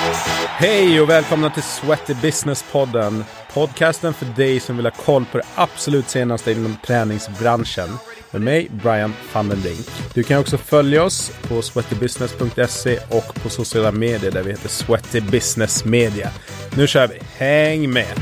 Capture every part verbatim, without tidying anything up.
Hej och välkomna till Sweaty Business-podden. Podcasten för dig som vill ha koll på det absolut senaste inom träningsbranschen. Med mig, Brian van den Brink. Du kan också följa oss på sweaty business punkt se och på sociala medier där vi heter Sweaty Business Media. Nu kör vi. Häng med!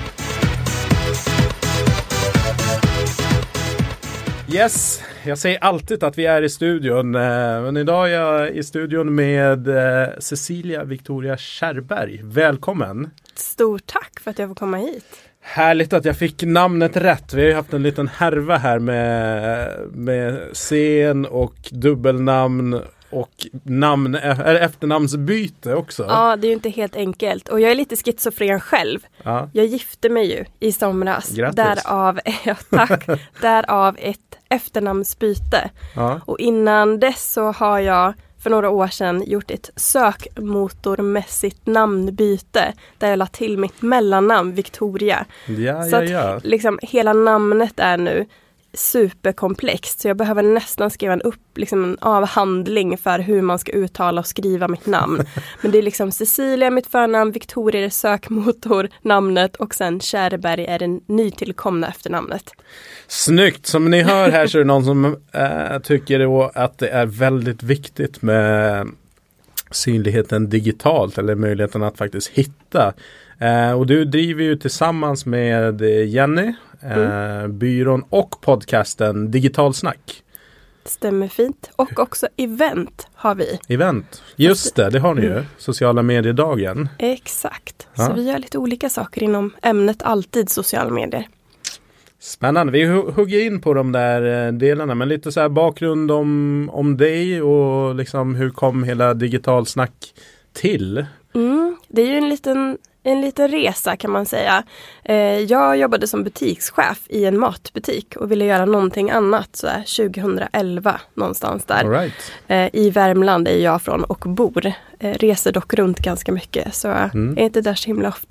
Yes, jag säger alltid att vi är i studion, men idag är jag i studion med Cecilia Victoria Kärrberg. Välkommen! Stort tack för att jag får komma hit. Härligt att jag fick namnet rätt. Vi har ju haft en liten härva här med, med scen och dubbelnamn och namn, efternamnsbyte också. Ja, det är ju inte helt enkelt. Och jag är lite schizofren själv. Ja. Jag gifte mig ju i somras. Grattis. Därav, ja, tack. Därav ett efternamnsbyte. Ja. Och innan dess så har jag för några år sedan gjort ett sökmotormässigt namnbyte. Där jag la till mitt mellannamn, Victoria. Ja, så ja, ja. att liksom, hela namnet är nu superkomplext, så jag behöver nästan skriva en upp liksom en avhandling för hur man ska uttala och skriva mitt namn. Men det är liksom Cecilia mitt förnamn, Victoria är sökmotor namnet och sen Kärrberg är det nytillkomna efternamnet. Snyggt! Som ni hör här så är det någon som äh, tycker då att det är väldigt viktigt med synligheten digitalt eller möjligheten att faktiskt hitta. Uh, och du driver ju tillsammans med Jenny, mm. uh, byrån och podcasten Digitalsnack. Stämmer fint. Och också event har vi. Event, just det, det har ni ju. Mm. Sociala mediedagen. Exakt, ja. Så vi gör lite olika saker inom ämnet alltid sociala medier. Spännande, vi hugger in på de där delarna, men lite så här bakgrund om, om dig och liksom hur kom hela Digitalsnack till? Mm, det är ju en liten... En liten resa kan man säga. Eh, jag jobbade som butikschef i en matbutik och ville göra någonting annat så här tjugohundraelva någonstans där. All right. Eh, I Värmland är jag från och bor. Eh, reser dock runt ganska mycket så mm. jag är inte där så himla ofta.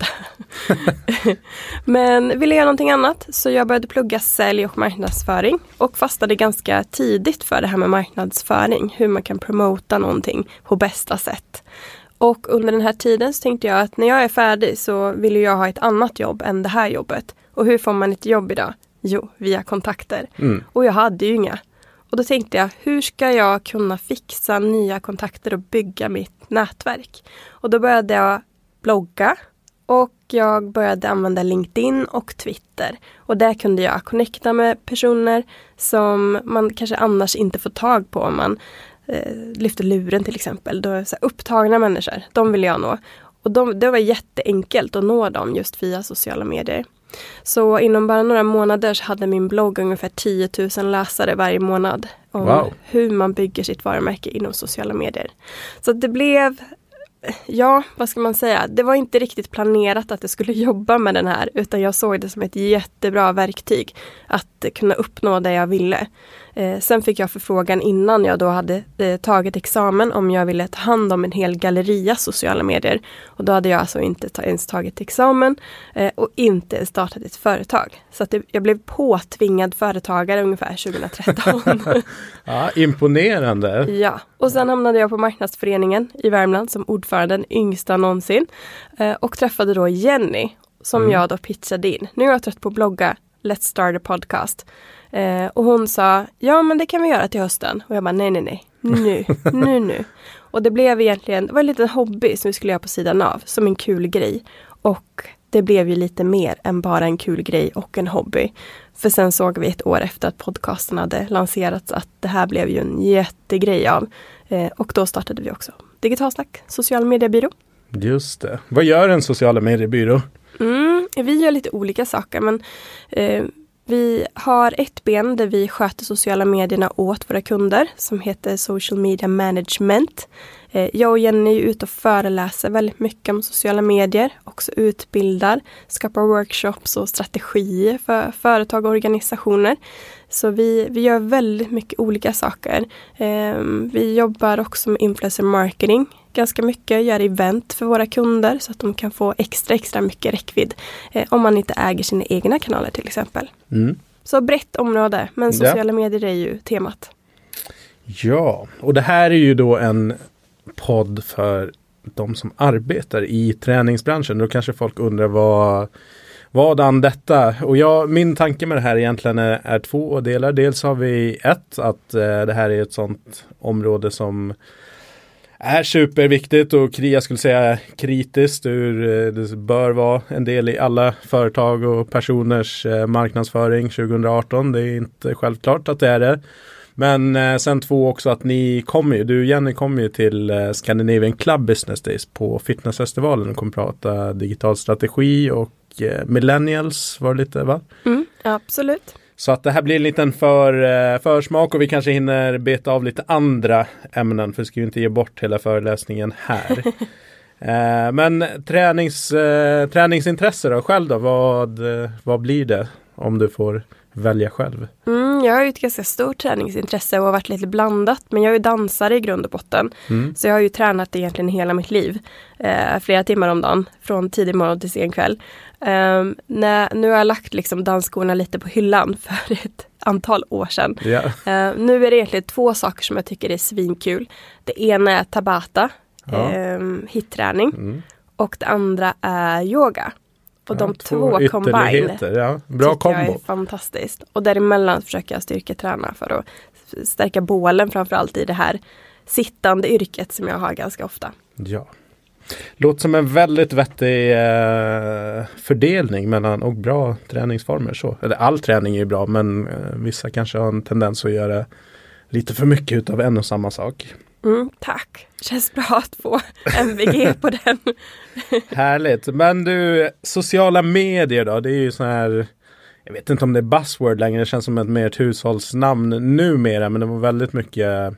Men ville göra någonting annat så jag började plugga sälj och marknadsföring och fastade ganska tidigt för det här med marknadsföring. Hur man kan promota någonting på bästa sätt. Och under den här tiden så tänkte jag att när jag är färdig så vill jag ha ett annat jobb än det här jobbet. Och hur får man ett jobb idag? Jo, via kontakter. Mm. Och jag hade ju inga. Och då tänkte jag, hur ska jag kunna fixa nya kontakter och bygga mitt nätverk? Och då började jag blogga och jag började använda LinkedIn och Twitter. Och där kunde jag connecta med personer som man kanske annars inte får tag på om man lyfter luren till exempel. Då är så här upptagna människor, de vill jag nå. Och de, det var jätteenkelt att nå dem just via sociala medier. Så inom bara några månader så hade min blogg ungefär tio tusen läsare varje månad. Om wow. Hur man bygger sitt varumärke inom sociala medier. Så det blev... Ja, vad ska man säga? Det var inte riktigt planerat att jag skulle jobba med den här. Utan jag såg det som ett jättebra verktyg att kunna uppnå det jag ville. Eh, sen fick jag förfrågan innan jag då hade eh, tagit examen om jag ville ta hand om en hel galleria sociala medier. Och då hade jag alltså inte ta, ens tagit examen eh, och inte startat ett företag. Så att det, jag blev påtvingad företagare ungefär tjugohundratretton. Ja, imponerande. Ja, och sen hamnade jag på marknadsföreningen i Värmland som ordförande, den yngsta någonsin. Eh, och träffade då Jenny som mm. jag då pitchade in. Nu är jag trött på att blogga. Let's start a podcast. Eh, och hon sa, ja men det kan vi göra till hösten. Och jag bara, nej nej nej, nu, nu, nu. Och det blev egentligen, det var en liten hobby som vi skulle göra på sidan av. Som en kul grej. Och det blev ju lite mer än bara en kul grej och en hobby. För sen såg vi ett år efter att podcasten hade lanserats att det här blev ju en jättegrej av. Eh, och då startade vi också Digitalsnack, social mediebyrå. Just det. Vad gör en sociala mediebyrå? Mm, vi gör lite olika saker men eh, vi har ett ben där vi sköter sociala medierna åt våra kunder som heter Social Media Management. Eh, jag och Jenny är ute och föreläser väldigt mycket om sociala medier, också utbildar, skapar workshops och strategier för företag och organisationer. Så vi, vi gör väldigt mycket olika saker. Eh, vi jobbar också med influencer marketing ganska mycket, gör event för våra kunder så att de kan få extra extra mycket räckvidd eh, om man inte äger sina egna kanaler till exempel. Mm. Så brett område, men sociala ja. medier är ju temat. Ja, och det här är ju då en podd för de som arbetar i träningsbranschen. Då kanske folk undrar vad Vadan detta? Och jag, min tanke med det här egentligen är, är två delar. Dels har vi ett, att eh, det här är ett sånt område som är superviktigt och jag skulle säga kritiskt. Ur, eh, det bör vara en del i alla företag och personers eh, marknadsföring tjugo arton. Det är inte självklart att det är det. Men eh, sen två också att ni kommer ju, du Jenny kommer ju till eh, Scandinavian Club Business Days på fitnessfestivalen och kommer prata digital strategi och eh, millennials var det lite va? Mm, absolut. Så att det här blir en liten för, eh, försmak och vi kanske hinner beta av lite andra ämnen för vi ska ju inte ge bort hela föreläsningen här. eh, men tränings, eh, träningsintresse då själv då, vad, eh, vad blir det om du får välja själv? Mm, jag har ju ett ganska stort träningsintresse och har varit lite blandat. Men jag är ju dansare i grund och botten. Mm. Så jag har ju tränat egentligen hela mitt liv. Eh, flera timmar om dagen. Från tidig morgon till sen kväll. Eh, när, nu har jag lagt liksom dansskorna lite på hyllan för ett antal år sedan. Yeah. Eh, nu är det egentligen två saker som jag tycker är svinkul. Det ena är tabata. Ja. Eh, hitträning. Mm. Och det andra är yoga. Och ja, de två, två combine ja. Bra kombo. Jag är fantastiskt. Och däremellan försöker jag styrketräna för att stärka bålen framförallt i det här sittande yrket som jag har ganska ofta. Ja. Låter som en väldigt vettig eh, fördelning mellan och bra träningsformer. Så. Eller all träning är ju bra men eh, vissa kanske har en tendens att göra lite för mycket utav en och samma sak. Mm, tack. Känns bra att få M V G på den. Härligt. Men du, sociala medier då? Det är ju så här, jag vet inte om det är buzzword längre. Det känns som ett mer ett hushållsnamn numera. Men det var väldigt mycket.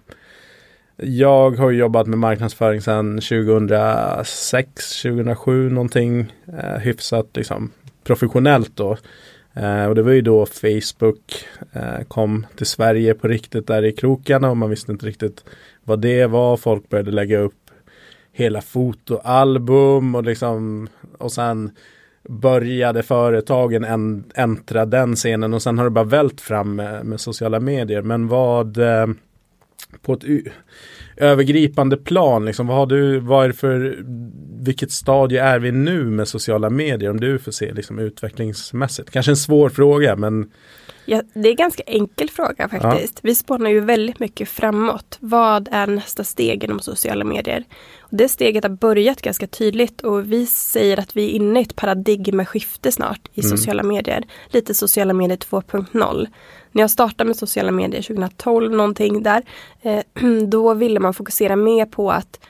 Jag har jobbat med marknadsföring sedan tjugohundrasex, tjugohundrasju någonting. Eh, hyfsat liksom professionellt då. Uh, och det var ju då Facebook uh, kom till Sverige på riktigt där i krokarna och man visste inte riktigt vad det var. Folk började lägga upp hela fotoalbum och liksom och sen började företagen en, äntra den scenen och sen har det bara vält fram med, med sociala medier. Men vad uh, på ett u- övergripande plan liksom, vad har du, vad är det för vilket stadie är vi nu med sociala medier om du får se liksom utvecklingsmässigt? Kanske en svår fråga men ja, det är en ganska enkel fråga faktiskt. Ja. Vi spånar ju väldigt mycket framåt. Vad är nästa steg inom sociala medier? Och det steget har börjat ganska tydligt och vi säger att vi är inne i ett paradigmskifte snart i mm. sociala medier. Lite sociala medier två punkt noll. När jag startade med sociala medier tjugohundratolv någonting där, eh, då ville man fokusera mer på att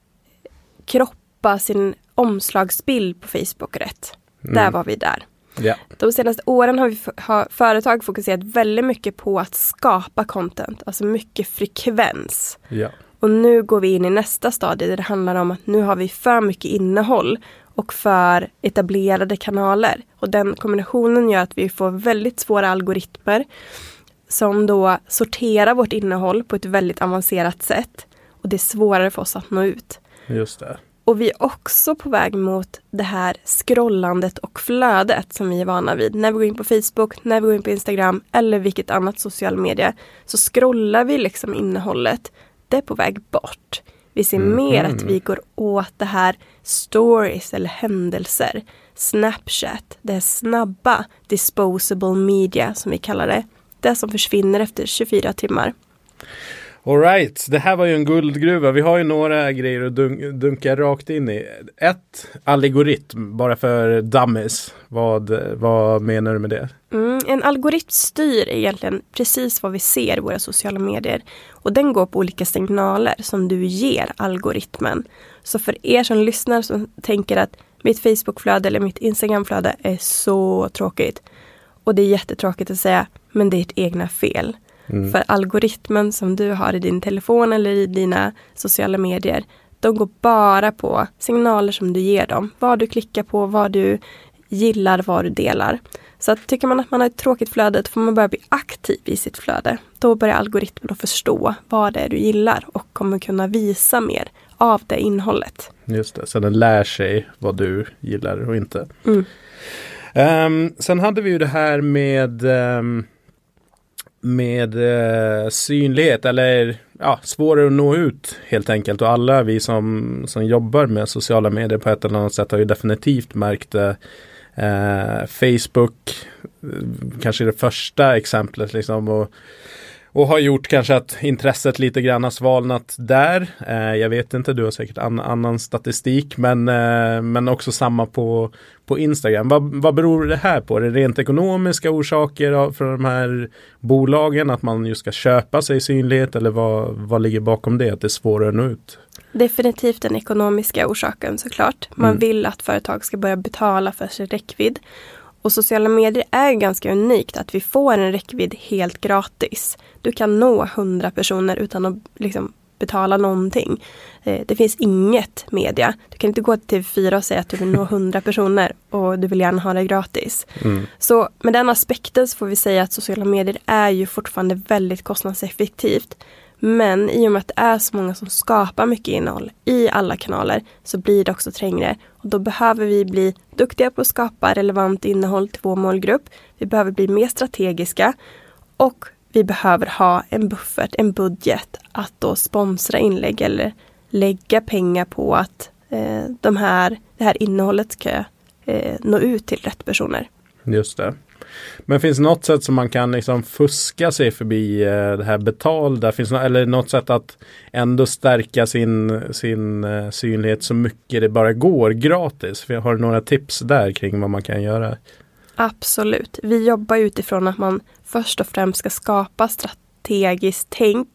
kroppa sin omslagsbild på Facebook rätt. Mm. Där var vi där. Yeah. De senaste åren har, vi, har företag fokuserat väldigt mycket på att skapa content, alltså mycket frekvens. Yeah. Och nu går vi in i nästa stadie där det handlar om att nu har vi för mycket innehåll och för etablerade kanaler. Och den kombinationen gör att vi får väldigt svåra algoritmer som då sorterar vårt innehåll på ett väldigt avancerat sätt. Och det är svårare för oss att nå ut. Just det. Och vi är också på väg mot det här scrollandet och flödet som vi är vana vid. När vi går in på Facebook, när vi går in på Instagram eller vilket annat social media så scrollar vi liksom innehållet. Det är på väg bort. Vi ser mm. mer att vi går åt det här stories eller händelser. Snapchat, det är snabba disposable media som vi kallar det. Det som försvinner efter tjugofyra timmar. All right, det här var ju en guldgruva. Vi har ju några grejer att dun- dunka rakt in i. Ett, algoritm, bara för dummies. Vad, vad menar du med det? Mm, en algoritm styr egentligen precis vad vi ser i våra sociala medier. Och den går på olika signaler som du ger algoritmen. Så för er som lyssnar som tänker att mitt Facebookflöde eller mitt Instagramflöde är så tråkigt. Och det är jättetråkigt att säga, men det är ert egna fel. Mm. För algoritmen som du har i din telefon eller i dina sociala medier, de går bara på signaler som du ger dem. Vad du klickar på, vad du gillar, vad du delar. Så att tycker man att man har ett tråkigt flöde, då får man börja bli aktiv i sitt flöde. Då börjar algoritmen att förstå vad det är du gillar och kommer kunna visa mer av det innehållet. Just det, så den lär sig vad du gillar och inte. Mm. Um, sen hade vi ju det här med... Um, med eh, synlighet eller ja, svårare att nå ut helt enkelt. Och alla vi som, som jobbar med sociala medier på ett eller annat sätt har ju definitivt märkt det. Eh, Facebook kanske det första exemplet liksom, och, och har gjort kanske att intresset lite grann har svalnat där. Eh, jag vet inte, du har säkert an, annan statistik, men, eh, men också samma på, på Instagram. Vad, vad beror det här på? Är det rent ekonomiska orsaker för de här bolagen, att man just ska köpa sig synlighet, eller vad, vad ligger bakom det, att det är svårare att nå ut? Definitivt den ekonomiska orsaken såklart. Man mm. vill att företag ska börja betala för sin räckvidd. Och sociala medier är ganska unikt att vi får en räckvidd helt gratis. Du kan nå hundra personer utan att liksom betala någonting. Eh, det finns inget media. Du kan inte gå till T V fyra och säga att du vill nå hundra personer och du vill gärna ha det gratis. Mm. Så med den aspekten så får vi säga att sociala medier är ju fortfarande väldigt kostnadseffektivt. Men i och med att det är så många som skapar mycket innehåll i alla kanaler så blir det också trängre. Och då behöver vi bli duktiga på att skapa relevant innehåll till vår målgrupp. Vi behöver bli mer strategiska och vi behöver ha en buffert, en budget att då sponsra inlägg eller lägga pengar på att eh, de här, det här innehållet ska eh, nå ut till rätt personer. Just det. Men finns det något sätt som man kan liksom fuska sig förbi eh, det här betalda? Finns det, eller något sätt att ändå stärka sin, sin eh, synlighet så mycket det bara går gratis? Har du några tips där kring vad man kan göra? Absolut. Vi jobbar utifrån att man först och främst ska skapa strategiskt tänk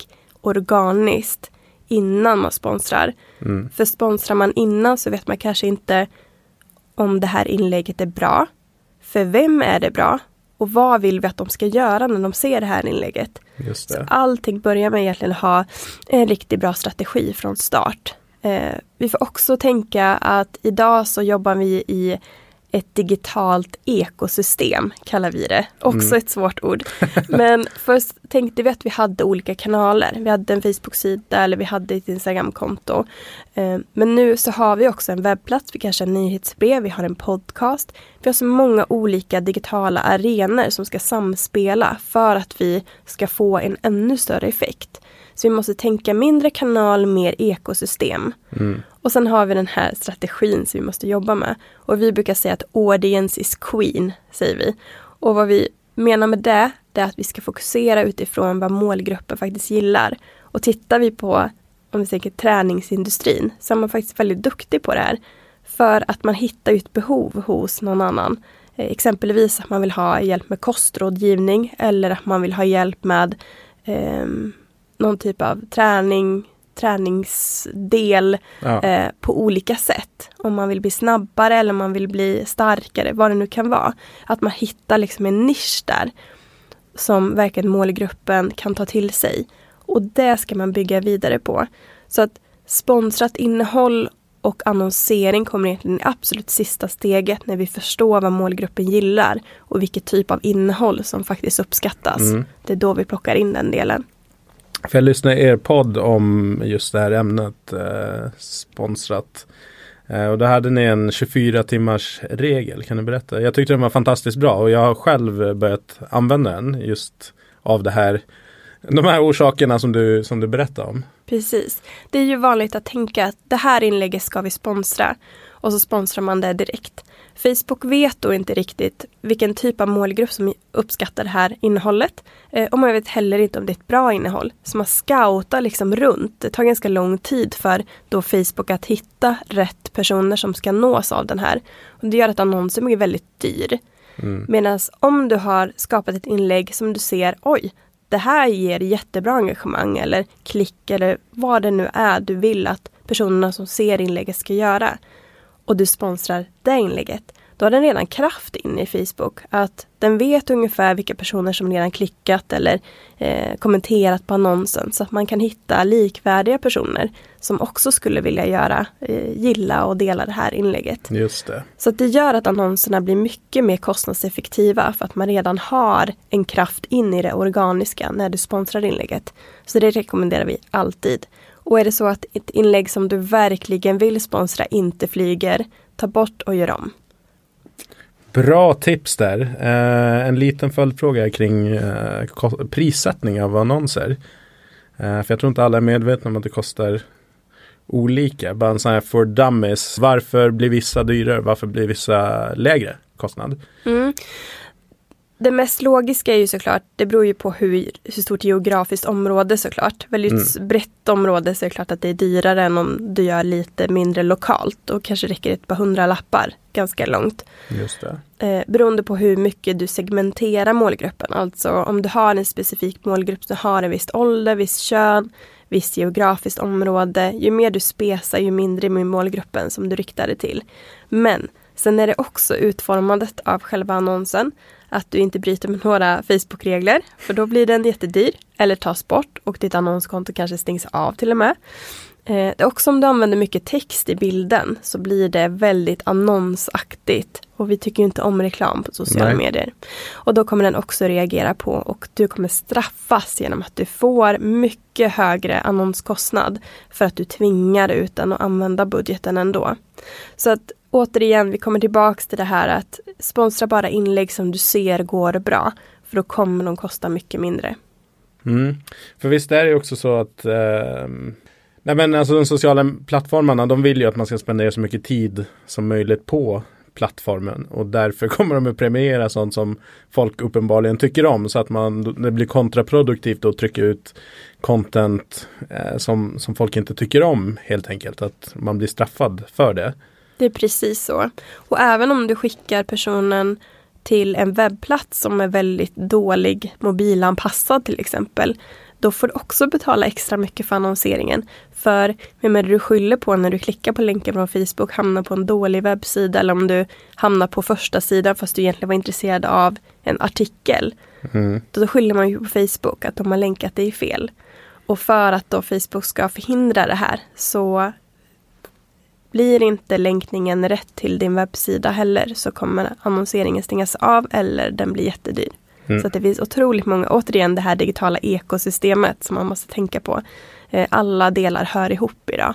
organiskt innan man sponsrar. Mm. För sponsrar man innan så vet man kanske inte om det här inlägget är bra. För vem är det bra? Och vad vill vi att de ska göra när de ser det här inlägget? Just det. Så allting börjar med egentligen ha en riktigt bra strategi från start. Eh, vi får också tänka att idag så jobbar vi i ett digitalt ekosystem, kallar vi det. Också mm. ett svårt ord. Men först tänkte vi att vi hade olika kanaler. Vi hade en Facebook-sida eller vi hade ett Instagram-konto. Eh, men nu så har vi också en webbplats, vi kanske har en nyhetsbrev, vi har en podcast. Vi har så många olika digitala arenor som ska samspela för att vi ska få en ännu större effekt. Så vi måste tänka mindre kanal, mer ekosystem. Mm. Och sen har vi den här strategin som vi måste jobba med. Och vi brukar säga att audience is queen, säger vi. Och vad vi menar med det, det är att vi ska fokusera utifrån vad målgruppen faktiskt gillar. Och tittar vi på, om vi tänker träningsindustrin, så är man faktiskt väldigt duktig på det här. För att man hittar ett behov hos någon annan. Eh, exempelvis att man vill ha hjälp med kostrådgivning eller att man vill ha hjälp med eh, någon typ av träning, träningsdel ja. eh, på olika sätt. Om man vill bli snabbare eller om man vill bli starkare, vad det nu kan vara. Att man hittar liksom en nisch där som verkligen målgruppen kan ta till sig. Och det ska man bygga vidare på. Så att sponsrat innehåll och annonsering kommer egentligen i absolut sista steget när vi förstår vad målgruppen gillar och vilket typ av innehåll som faktiskt uppskattas. Mm. Det är då vi plockar in den delen. För jag lyssnade i er podd om just det här ämnet eh, sponsrat. Eh, och då hade ni en tjugofyra timmars regel, kan du berätta? Jag tyckte den var fantastiskt bra och jag har själv börjat använda den just av det här, de här orsakerna som du, som du berättade om. Precis. Det är ju vanligt att tänka att det här inlägget ska vi sponsra och så sponsrar man det direkt. Facebook vet då inte riktigt vilken typ av målgrupp som uppskattar det här innehållet. Eh, och man vet heller inte om det är ett bra innehåll. Så man scoutar liksom runt. Det tar ganska lång tid för då Facebook att hitta rätt personer som ska nås av den här. Och det gör att annonsen blir väldigt dyr. Mm. Medan om du har skapat ett inlägg som du ser, oj, det här ger jättebra engagemang eller klick eller vad det nu är du vill att personerna som ser inlägget ska göra. Och du sponsrar det inlägget, då har den redan kraft in i Facebook. Att den vet ungefär vilka personer som redan klickat eller eh, kommenterat på annonsen. Så att man kan hitta likvärdiga personer som också skulle vilja göra, eh, gilla och dela det här inlägget. Just det. Så att det gör att annonserna blir mycket mer kostnadseffektiva för att man redan har en kraft in i det organiska när du sponsrar inlägget. Så det rekommenderar vi alltid. Och är det så att ett inlägg som du verkligen vill sponsra inte flyger, ta bort och gör om. Bra tips där. Eh, en liten följdfråga kring eh, prissättning av annonser. Uh, för jag tror inte alla är medvetna om att det kostar olika. Bara en sån här for dummies. Varför blir vissa dyrare? Varför blir vissa lägre kostnad? Mm. Det mest logiska är ju såklart, det beror ju på hur, hur stort geografiskt område såklart. Väldigt mm. brett område så är det klart att det är dyrare än om du gör lite mindre lokalt. Och kanske räcker ett par hundra lappar ganska långt. Just det. Eh, beroende på hur mycket du segmenterar målgruppen. Alltså om du har en specifik målgrupp som har en viss ålder, viss kön, visst geografiskt område. Ju mer du spesar, ju mindre med målgruppen som du riktar det till. Men sen är det också utformandet av själva annonsen. Att du inte bryter med några Facebook-regler. För då blir den jättedyr. Eller tas bort. Och ditt annonskonto kanske stängs av till och med. Eh, det är också om du använder mycket text i bilden. Så blir det väldigt annonsaktigt. Och vi tycker ju inte om reklam på sociala Nej. medier. Och då kommer den också reagera på. Och du kommer straffas genom att du får mycket högre annonskostnad. För att du tvingar ut den att använda budgeten ändå. Så att återigen, vi kommer tillbaka till det här att sponsra bara inlägg som du ser går bra. För då kommer de kosta mycket mindre. Mm. För visst är det också så att eh, nej men alltså de sociala plattformarna, de vill ju att man ska spendera så mycket tid som möjligt på plattformen. Och därför kommer de att premiera sånt som folk uppenbarligen tycker om. Så att man, det blir kontraproduktivt att trycka ut content eh, som, som folk inte tycker om helt enkelt. Att man blir straffad för det. Det är precis så. Och även om du skickar personen till en webbplats som är väldigt dålig mobilanpassad till exempel, då får du också betala extra mycket för annonseringen. För vem är det du skyller på när du klickar på länken från Facebook, hamnar på en dålig webbsida, eller om du hamnar på första sidan fast du egentligen var intresserad av en artikel. Mm. Då skyller man ju på Facebook att de har länkat dig fel. Och för att då Facebook ska förhindra det här så blir inte länkningen rätt till din webbsida heller, så kommer annonseringen stängas av eller den blir jättedyr. Mm. Så att det finns otroligt många, återigen det här digitala ekosystemet som man måste tänka på. Alla delar hör ihop idag.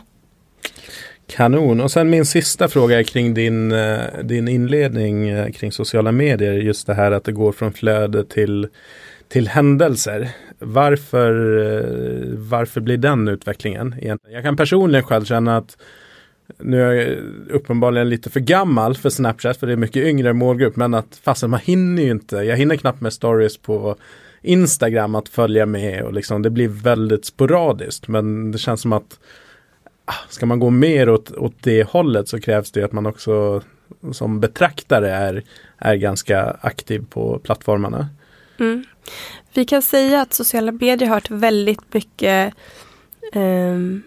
Kanon. Och sen min sista fråga är kring din, din inledning kring sociala medier. Just det här att det går från flöde till, till händelser. Varför, varför blir den utvecklingen egentligen? Jag kan personligen själv känna att nu är jag uppenbarligen lite för gammal för Snapchat, för det är mycket yngre målgrupp, men att fastän man hinner ju inte, jag hinner knappt med stories på Instagram att följa med och liksom, det blir väldigt sporadiskt, men det känns som att ska man gå mer åt, åt det hållet så krävs det att man också som betraktare är, är ganska aktiv på plattformarna. Mm. Vi kan säga att sociala medier har varit väldigt mycket um,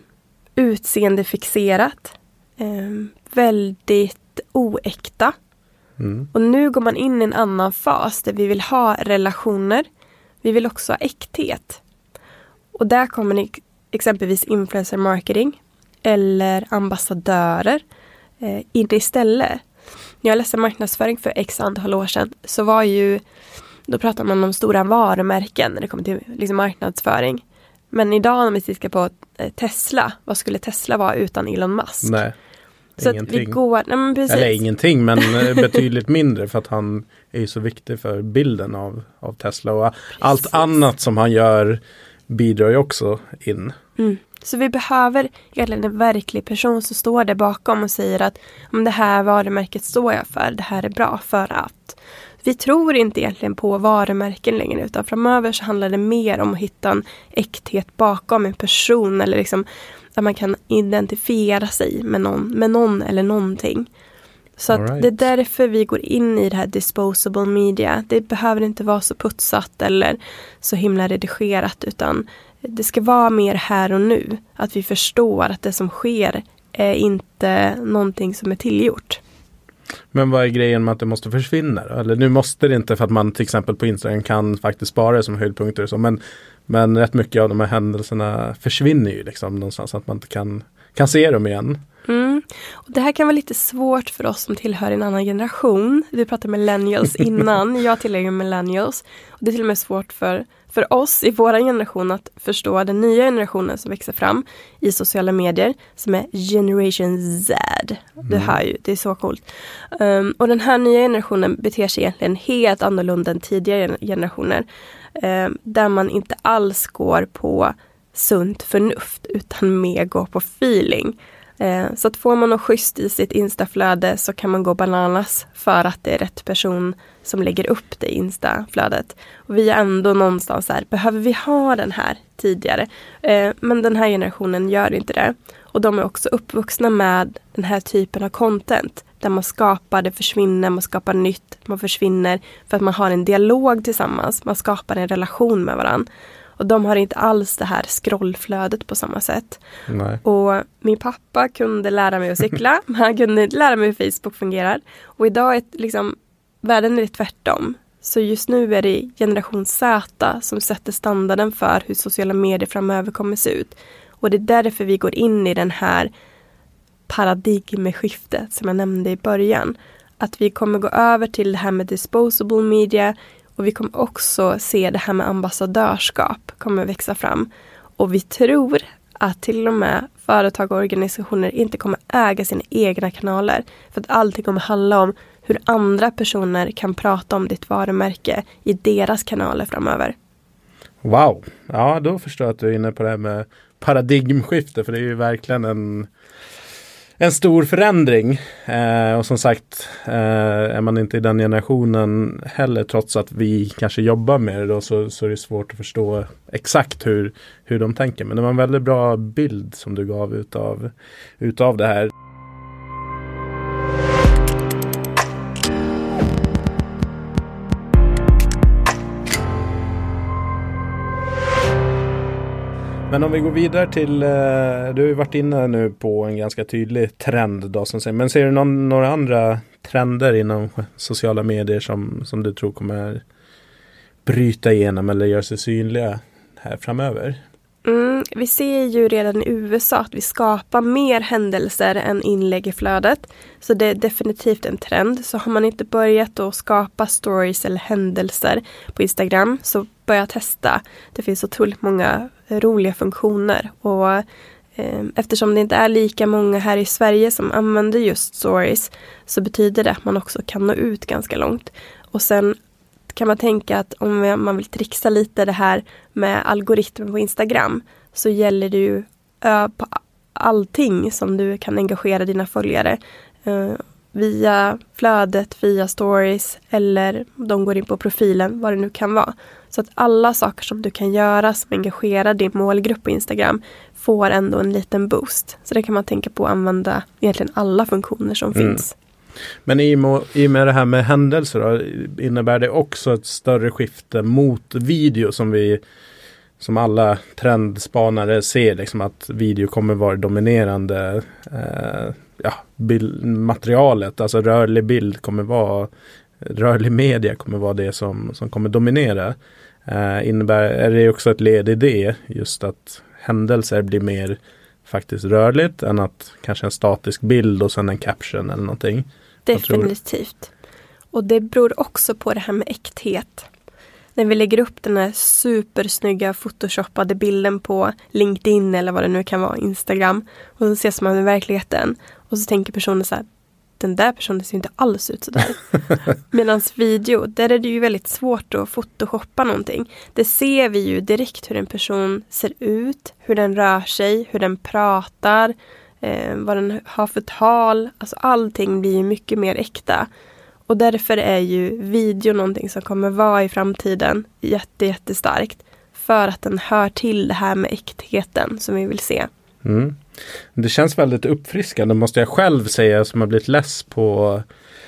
utseendefixerat. Um, väldigt oäkta. Mm. Och nu går man in i en annan fas där vi vill ha relationer. Vi vill också ha äkthet. Och där kommer ni exempelvis influencer marketing eller ambassadörer eh, in istället. När jag läste marknadsföring för x antal år sedan så var ju, då pratar man om stora varumärken när det kommer till liksom marknadsföring. Men idag när vi tittar på Tesla, vad skulle Tesla vara utan Elon Musk? Nej, så ingenting. Att vi går, nej men precis. Eller ingenting, men betydligt mindre för att han är ju så viktig för bilden av, av Tesla. Och precis. Allt annat som han gör bidrar ju också in. Mm. Så vi behöver egentligen en verklig person som står där bakom och säger att om det här varumärket står jag för, det här är bra för att. Vi tror inte egentligen på varumärken längre, utan framöver så handlar det mer om att hitta en äkthet bakom en person, eller liksom där man kan identifiera sig med någon, med någon eller någonting. Så att right. Det är därför vi går in i det här disposable media. Det behöver inte vara så putsat eller så himla redigerat, utan det ska vara mer här och nu. Att vi förstår att det som sker är inte någonting som är tillgjort. Men vad är grejen med att det måste försvinna då? Eller nu måste det inte, för att man till exempel på Instagram kan faktiskt spara det som höjdpunkter och så. Men, men rätt mycket av de här händelserna försvinner ju liksom någonstans, att man inte kan, kan se dem igen. Mm. Och det här kan vara lite svårt för oss som tillhör en annan generation. Vi pratade med millennials innan. Jag tillhör millennials. Och det är till och med svårt för, för oss i vår generation att förstå den nya generationen som växer fram i sociala medier, som är Generation Z. Mm. Det här ju, det är så coolt. Um, och den här nya generationen beter sig egentligen helt annorlunda än tidigare generationer. Um, där man inte alls går på sunt förnuft utan mer gå på feeling. Eh, så att får man något schysst i sitt Instaflöde så kan man gå bananas för att det är rätt person som lägger upp det Instaflödet. Och vi är ändå någonstans här, behöver vi ha den här tidigare? Eh, men den här generationen gör inte det. Och de är också uppvuxna med den här typen av content. Där man skapar, det försvinner, man skapar nytt, man försvinner. För att man har en dialog tillsammans, man skapar en relation med varandra. Och de har inte alls det här scrollflödet på samma sätt. Nej. Och min pappa kunde lära mig att cykla. Men han kunde inte lära mig hur Facebook fungerar. Och idag är liksom, världen är det tvärtom. Så just nu är det generation Z som sätter standarden för hur sociala medier framöver kommer se ut. Och det är därför vi går in i den här paradigmskiftet som jag nämnde i början. Att vi kommer gå över till det här med disposable media. Och vi kommer också se det här med ambassadörskap kommer växa fram. Och vi tror att till och med företag och organisationer inte kommer äga sina egna kanaler. För att allting kommer handla om hur andra personer kan prata om ditt varumärke i deras kanaler framöver. Wow, ja då förstår jag att du är inne på det här med paradigmskifte. För det är ju verkligen en... En stor förändring eh, och som sagt eh, är man inte i den generationen heller trots att vi kanske jobbar med det då, så, så är det svårt att förstå exakt hur, hur de tänker. Men det var en väldigt bra bild som du gav utav, utav det här. Men om vi går vidare till, eh, du har ju varit inne nu på en ganska tydlig trend då som säger, men ser du någon, några andra trender inom sociala medier som, som du tror kommer bryta igenom eller göra sig synliga här framöver? Mm, vi ser ju redan i U S A att vi skapar mer händelser än inlägg i flödet. Så det är definitivt en trend. Så har man inte börjat att skapa stories eller händelser på Instagram så börja testa. Det finns otroligt många roliga funktioner. Och eh, eftersom det inte är lika många här i Sverige som använder just stories så betyder det att man också kan nå ut ganska långt. Och sen kan man tänka att om man vill trixa lite det här med algoritmen på Instagram så gäller det ju ö, på allting som du kan engagera dina följare. Uh, via flödet, via stories eller de går in på profilen, vad det nu kan vara. Så att alla saker som du kan göra som engagerar din målgrupp på Instagram får ändå en liten boost. Så det kan man tänka på att använda egentligen alla funktioner som mm. finns. Men i och med det här med händelser då, innebär det också ett större skifte mot video som vi som alla trendspanare ser liksom att video kommer vara dominerande eh, ja, bild, materialet, alltså rörlig bild kommer vara rörlig media kommer vara det som, som kommer dominera. Eh, innebär, är det också ett led i det just att händelser blir mer faktiskt rörligt än att kanske en statisk bild och sen en caption eller någonting? Definitivt. Och det beror också på det här med äkthet. När vi lägger upp den här supersnygga photoshoppade bilden på LinkedIn eller vad det nu kan vara, Instagram. Och så ses man i verkligheten. Och så tänker personen så här, den där personen ser inte alls ut så där. Medan video, där är det ju väldigt svårt att photoshoppa någonting. Det ser vi ju direkt hur en person ser ut, hur den rör sig, hur den pratar, eh, vad den har för tal. Alltså allting blir ju mycket mer äkta. Och därför är ju video någonting som kommer vara i framtiden jätte, jättestarkt. För att den hör till det här med äktheten som vi vill se. Mm. Det känns väldigt uppfriskande måste jag själv säga som har blivit less på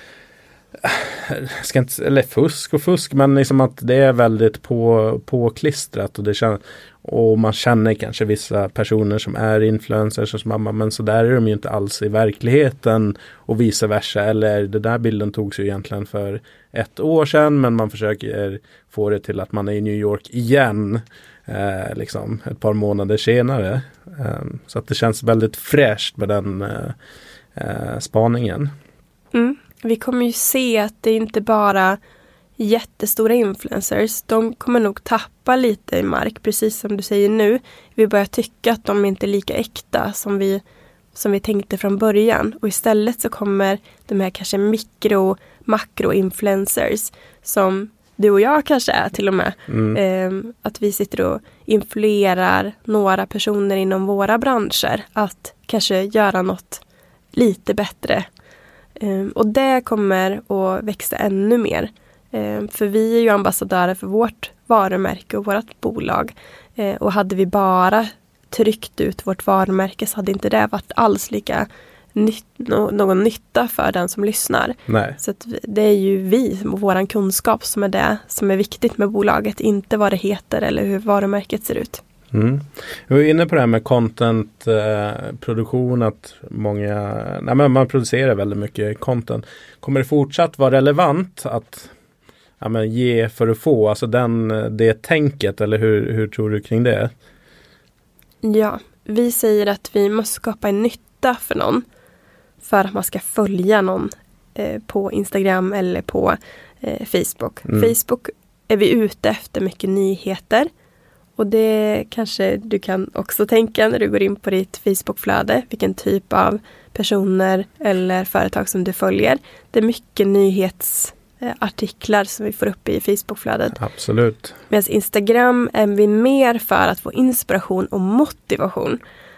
ska inte, eller fusk och fusk men liksom att det är väldigt på, påklistrat och, det känns, och man känner kanske vissa personer som är influencers och mamma men så där är de ju inte alls i verkligheten och vice versa eller den där bilden togs ju egentligen för ett år sedan men man försöker få det till att man är i New York igen eh, liksom ett par månader senare eh, så att det känns väldigt fräscht med den eh, eh, spaningen. Mm. Vi kommer ju se att det inte bara jättestora influencers. De kommer nog tappa lite i mark, precis som du säger nu. Vi börjar tycka att de inte är lika äkta som vi, som vi tänkte från början. Och istället så kommer de här kanske mikro, makro-influencers som du och jag kanske är till och med. Mm. Eh, att vi sitter och influerar några personer inom våra branscher att kanske göra något lite bättre. Eh, och det kommer att växa ännu mer. Eh, för vi är ju ambassadörer för vårt varumärke och vårt bolag. Eh, och hade vi bara tryckt ut vårt varumärke så hade inte det varit alls lika Nytt, någon nytta för den som lyssnar. Nej. Så att det är ju vi och våran kunskap som är det som är viktigt med bolaget, inte vad det heter eller hur varumärket ser ut. Mm. Vi var inne på det här med content-produktion, eh, att många, nej men man producerar väldigt mycket content. Kommer det fortsatt vara relevant att ja, men ge för att få, alltså den, det tänket, eller hur, hur tror du kring det? Ja, vi säger att vi måste skapa en nytta för någon. För att man ska följa någon eh, på Instagram eller på eh, Facebook. Mm. Facebook är vi ute efter mycket nyheter. Och det kanske du kan också tänka när du går in på ditt Facebook-flöde. Vilken typ av personer eller företag som du följer. Det är mycket nyhetsartiklar som vi får upp i Facebook-flödet. Absolut. Medan Instagram är vi mer för att få inspiration och motivation.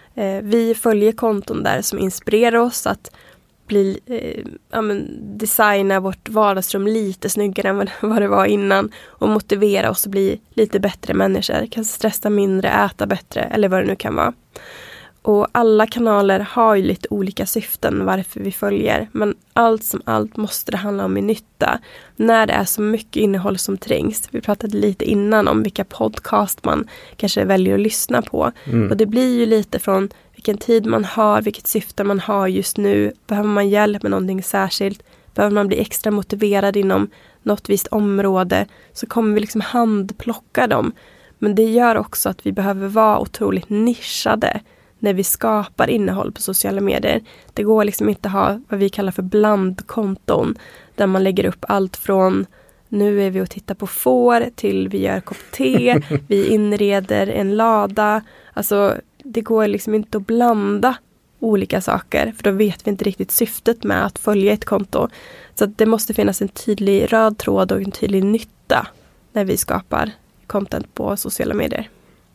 Vi följer konton där som inspirerar oss att bli, eh, ja, men designa vårt vardagsrum lite snyggare än vad det var innan och motivera oss att bli lite bättre människor. Kanske stressa mindre, äta bättre eller vad det nu kan vara. Och alla kanaler har ju lite olika syften varför vi följer. Men allt som allt måste det handla om i nytta. När det är så mycket innehåll som trängs. Vi pratade lite innan om vilka podcast man kanske väljer att lyssna på. Mm. Och det blir ju lite från vilken tid man har, vilket syfte man har just nu. Behöver man hjälp med någonting särskilt? Behöver man bli extra motiverad inom något visst område? Så kommer vi liksom handplocka dem. Men det gör också att vi behöver vara otroligt nischade när vi skapar innehåll på sociala medier. Det går liksom inte att ha vad vi kallar för blandkonton. Där man lägger upp allt från nu är vi och tittar på får till vi gör kopp te, vi inreder en lada. Alltså det går liksom inte att blanda olika saker. För då vet vi inte riktigt syftet med att följa ett konto. Så att det måste finnas en tydlig röd tråd och en tydlig nytta när vi skapar content på sociala medier.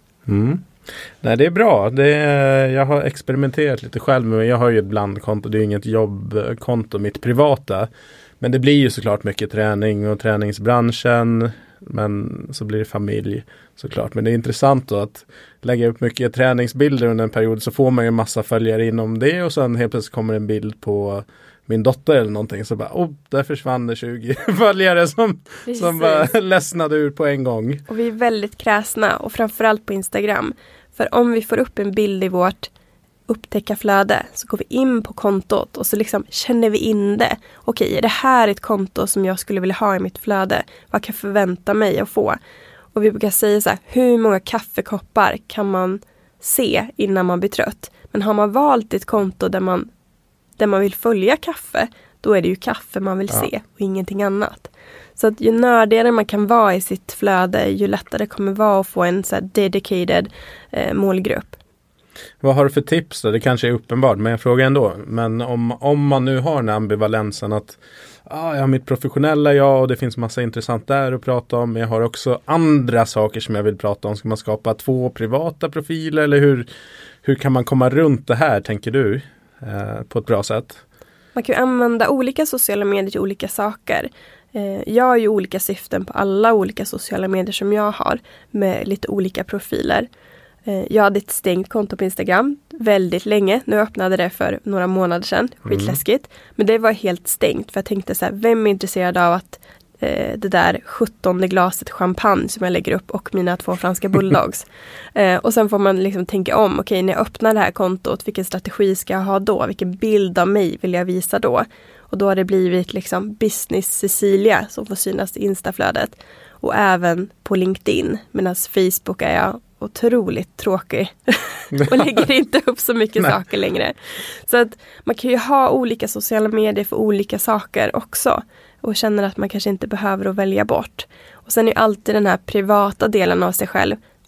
Mm. Nej, det är bra. Det är, jag har experimenterat lite själv med, jag har ju ett blandkonto, det är inget jobbkonto, mitt privata. Men det blir ju såklart mycket träning och träningsbranschen, men så blir det familj såklart. Men det är intressant då att lägga upp mycket träningsbilder under en period, så får man ju en massa följare inom det och sen helt plötsligt kommer en bild på min dotter eller någonting, så bara, oh, där försvann det tjugo följare som, som bara ledsnade ur på en gång. Och vi är väldigt kräsna och framförallt på Instagram. För om vi får upp en bild i vårt upptäcka flöde så går vi in på kontot och så liksom känner vi in det. Okej, är det här ett konto som jag skulle vilja ha i mitt flöde? Vad kan jag förvänta mig att få? Och vi brukar säga så här, hur många kaffekoppar kan man se innan man blir trött? Men har man valt ett konto där man där man vill följa kaffe, då är det ju kaffe man vill ja. se och ingenting annat. Så att ju nördigare man kan vara i sitt flöde, ju lättare det kommer vara att få en så här dedicated eh, målgrupp. Vad har du för tips då? Det kanske är uppenbart, men jag frågar ändå. Men om, om man nu har den ambivalensen att ah, jag har mitt professionella jag och det finns massa intressant där att prata om, men jag har också andra saker som jag vill prata om. Ska man skapa två privata profiler eller hur, hur kan man komma runt det här, tänker du? På ett bra sätt. Man kan ju använda olika sociala medier till olika saker. Jag har ju olika syften på alla olika sociala medier som jag har med lite olika profiler. Jag hade ett stängt konto på Instagram väldigt länge. Nu öppnade det för några månader sedan. Skitläskigt. Mm. Men det var helt stängt för jag tänkte så här, vem är intresserad av att eh, det där sjuttonde glaset champagne som jag lägger upp och mina två franska bulldogs. eh, och sen får man liksom tänka om, okej okay, när jag öppnar det här kontot, vilken strategi ska jag ha då? Vilken bild av mig vill jag visa då? Och då har det blivit liksom business Cecilia som får synas i Instaflödet. Och även på LinkedIn. Medan Facebook är jag otroligt tråkig. och lägger inte upp så mycket saker längre. Så att man kan ju ha olika sociala medier för olika saker också. Och känner att man kanske inte behöver att välja bort. Och sen är ju alltid den här privata delen av sig själv.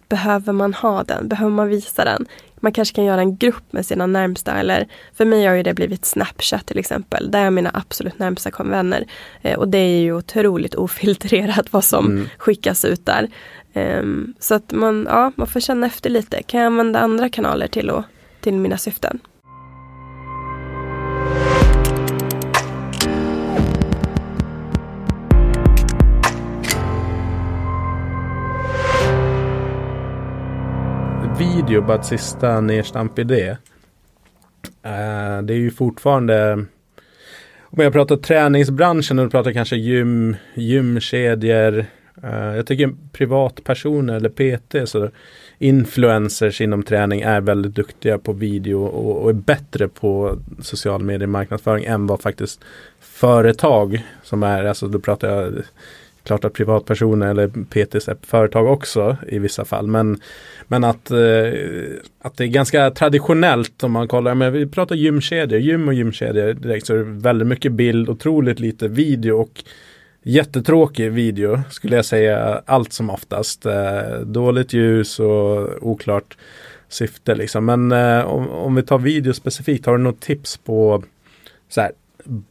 Behöver man ha den? Behöver man visa den? Man kanske kan göra en grupp med sina närmsta. Eller för mig har ju det blivit Snapchat till exempel. Där är mina absolut närmsta vänner. Eh, och det är ju otroligt ofiltrerat vad som mm. skickas ut där. Eh, så att man, ja, man får känna efter lite. Kan jag använda andra kanaler till, och, till mina syften? Video, bara ett sista nedstamp i det. Uh, det är ju fortfarande, om jag pratar träningsbranschen och du pratar kanske gym, gymkedjor. Uh, jag tycker privatpersoner eller P T, så influencers inom träning är väldigt duktiga på video och, och är bättre på social medie marknadsföring än vad faktiskt företag som är, alltså då pratar jag klart att privatpersoner eller P T:s är företag också i vissa fall. Men, men att, eh, att det är ganska traditionellt om man kollar. Men vi pratar gymkedjor, gym och gymkedjor direkt, så är det väldigt mycket bild, otroligt lite video och jättetråkig video skulle jag säga allt som oftast. Eh, dåligt ljus och oklart syfte liksom. Men eh, om, om vi tar video specifikt, har du något tips på så här,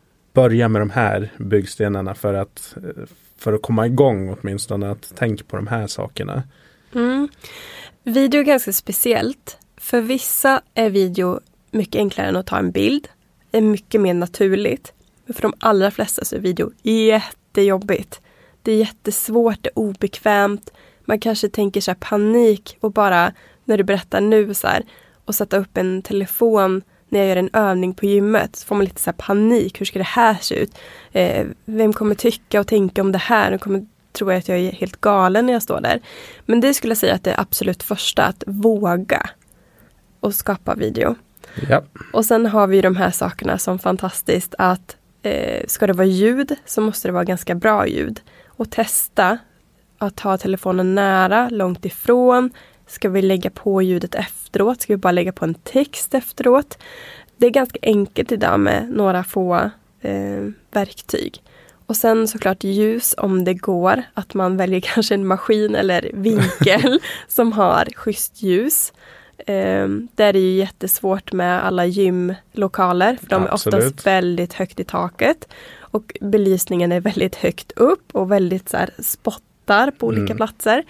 börja med de här byggstenarna för att för att komma igång åtminstone, att tänka på de här sakerna? Mm. Video är ganska speciellt. För vissa är video mycket enklare än att ta en bild. Det är mycket mer naturligt. Men för de allra flesta så är video jättejobbigt. Det är jättesvårt, det är obekvämt. Man kanske tänker så här panik och bara när du berättar nu så här och sätta upp en telefon när jag gör en övning på gymmet, så får man lite så här panik. Hur ska det här se ut? Eh, vem kommer tycka och tänka om det här? De kommer tro att jag är helt galen när jag står där. Men det skulle jag säga att det är absolut första, att våga och skapa video. Ja. Och sen har vi de här sakerna som fantastiskt att eh, ska det vara ljud så måste det vara ganska bra ljud. Och testa att ha telefonen nära, långt ifrån. Ska vi lägga på ljudet efteråt? Ska vi bara lägga på en text efteråt? Det är ganska enkelt idag med några få eh, verktyg. Och sen såklart ljus om det går. Att man väljer kanske en maskin eller vinkel som har schysst ljus. Eh, där är det ju jättesvårt med alla gymlokaler. För de är Absolut. oftast väldigt högt i taket. Och belysningen är väldigt högt upp och väldigt så här spottar på olika mm. platser.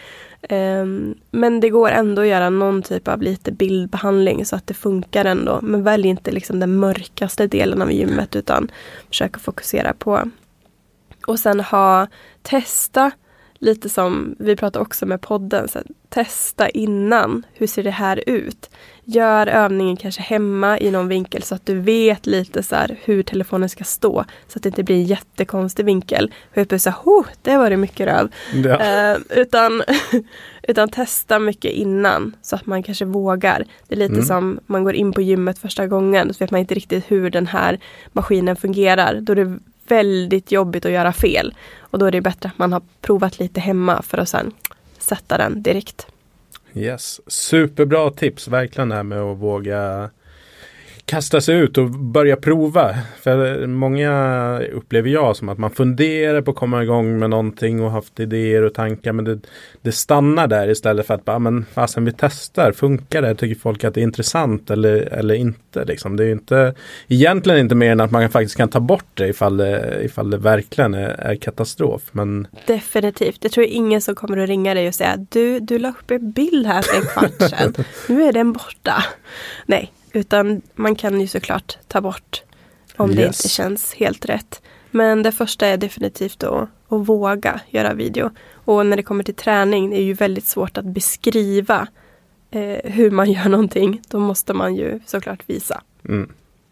Um, men det går ändå att göra någon typ av lite bildbehandling så att det funkar ändå. Men välj inte liksom den mörkaste delen av gymmet utan försöka fokusera på. Och sen ha, testa lite som vi pratar också med podden. Så testa innan, hur ser det här ut? Gör övningen kanske hemma i någon vinkel så att du vet lite så här hur telefonen ska stå. Så att det inte blir en jättekonstig vinkel. För jag så oh, det var det mycket röv. Ja. Uh, utan, utan testa mycket innan så att man kanske vågar. Det är lite mm. som man går in på gymmet första gången så vet man inte riktigt hur den här maskinen fungerar. Då är det väldigt jobbigt att göra fel. Och då är det bättre att man har provat lite hemma för att sen sätta den direkt. Yes, superbra tips verkligen här med att våga kasta sig ut och börja prova. För många upplever jag som att man funderar på att komma igång med någonting och haft idéer och tankar, men det, det stannar där istället för att bara, men fasen vi testar, funkar det? Tycker folk att det är intressant eller, eller inte? Liksom. Det är ju inte, egentligen inte mer än att man faktiskt kan ta bort det ifall det, ifall det verkligen är, är katastrof. Men... Definitivt. Jag tror ingen som kommer att ringa dig och säga du, du la upp en bild här för en kvart sedan. Nu är den borta. Nej. Utan man kan ju såklart ta bort om det yes. inte känns helt rätt. Men det första är definitivt då att våga göra video. Och när det kommer till träning är det ju väldigt svårt att beskriva eh, hur man gör någonting. Då måste man ju såklart visa. Mm.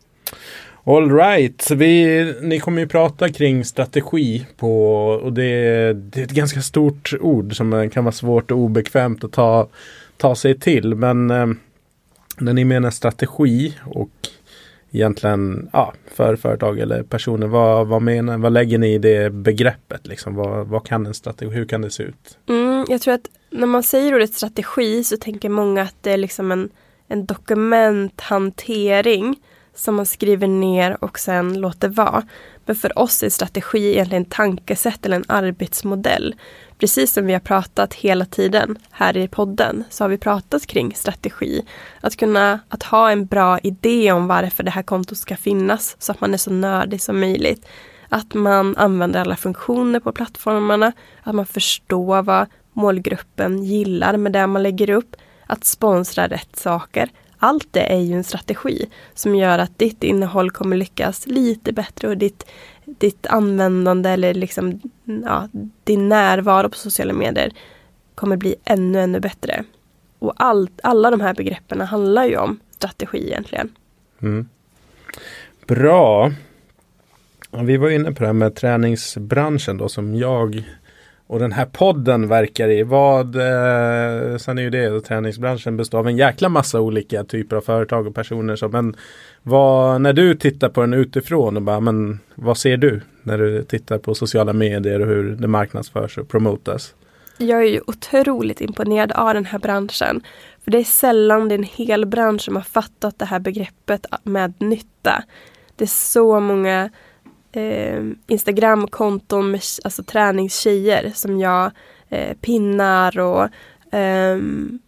All right. Vi, ni kommer ju prata kring strategi på, och det, det är ett ganska stort ord som kan vara svårt och obekvämt att ta, ta sig till. Men... Eh, när ni menar strategi och egentligen ja, för företag eller personer, vad, vad, menar, vad lägger ni i det begreppet? Liksom? Vad, vad kan en strategi, hur kan det se ut? Mm, jag tror att när man säger ordet strategi så tänker många att det är liksom en, en dokumenthantering som man skriver ner och sen låter vara. Men för oss är strategi egentligen en tankesätt eller en arbetsmodell. Precis som vi har pratat hela tiden här i podden så har vi pratat kring strategi. Att kunna att ha en bra idé om varför det här kontot ska finnas så att man är så nördig som möjligt. Att man använder alla funktioner på plattformarna. Att man förstår vad målgruppen gillar med det man lägger upp. Att sponsra rätt saker. Allt det är ju en strategi som gör att ditt innehåll kommer lyckas lite bättre och ditt, ditt användande eller liksom, ja, din närvaro på sociala medier kommer bli ännu, ännu bättre. Och allt, alla de här begreppen handlar ju om strategi egentligen. Mm. Bra. Vi var inne på det här med träningsbranschen då som jag och den här podden verkar i. Vad, eh, sen är ju det, träningsbranschen består av en jäkla massa olika typer av företag och personer. Så, men vad, när du tittar på den utifrån, och bara, men, vad ser du när du tittar på sociala medier och hur det marknadsförs och promotas? Jag är ju otroligt imponerad av den här branschen. För det är sällan det är en hel bransch som har fattat det här begreppet med nytta. Det är så många Eh, Instagram-konton med alltså träningstjejer som jag eh, pinnar och eh,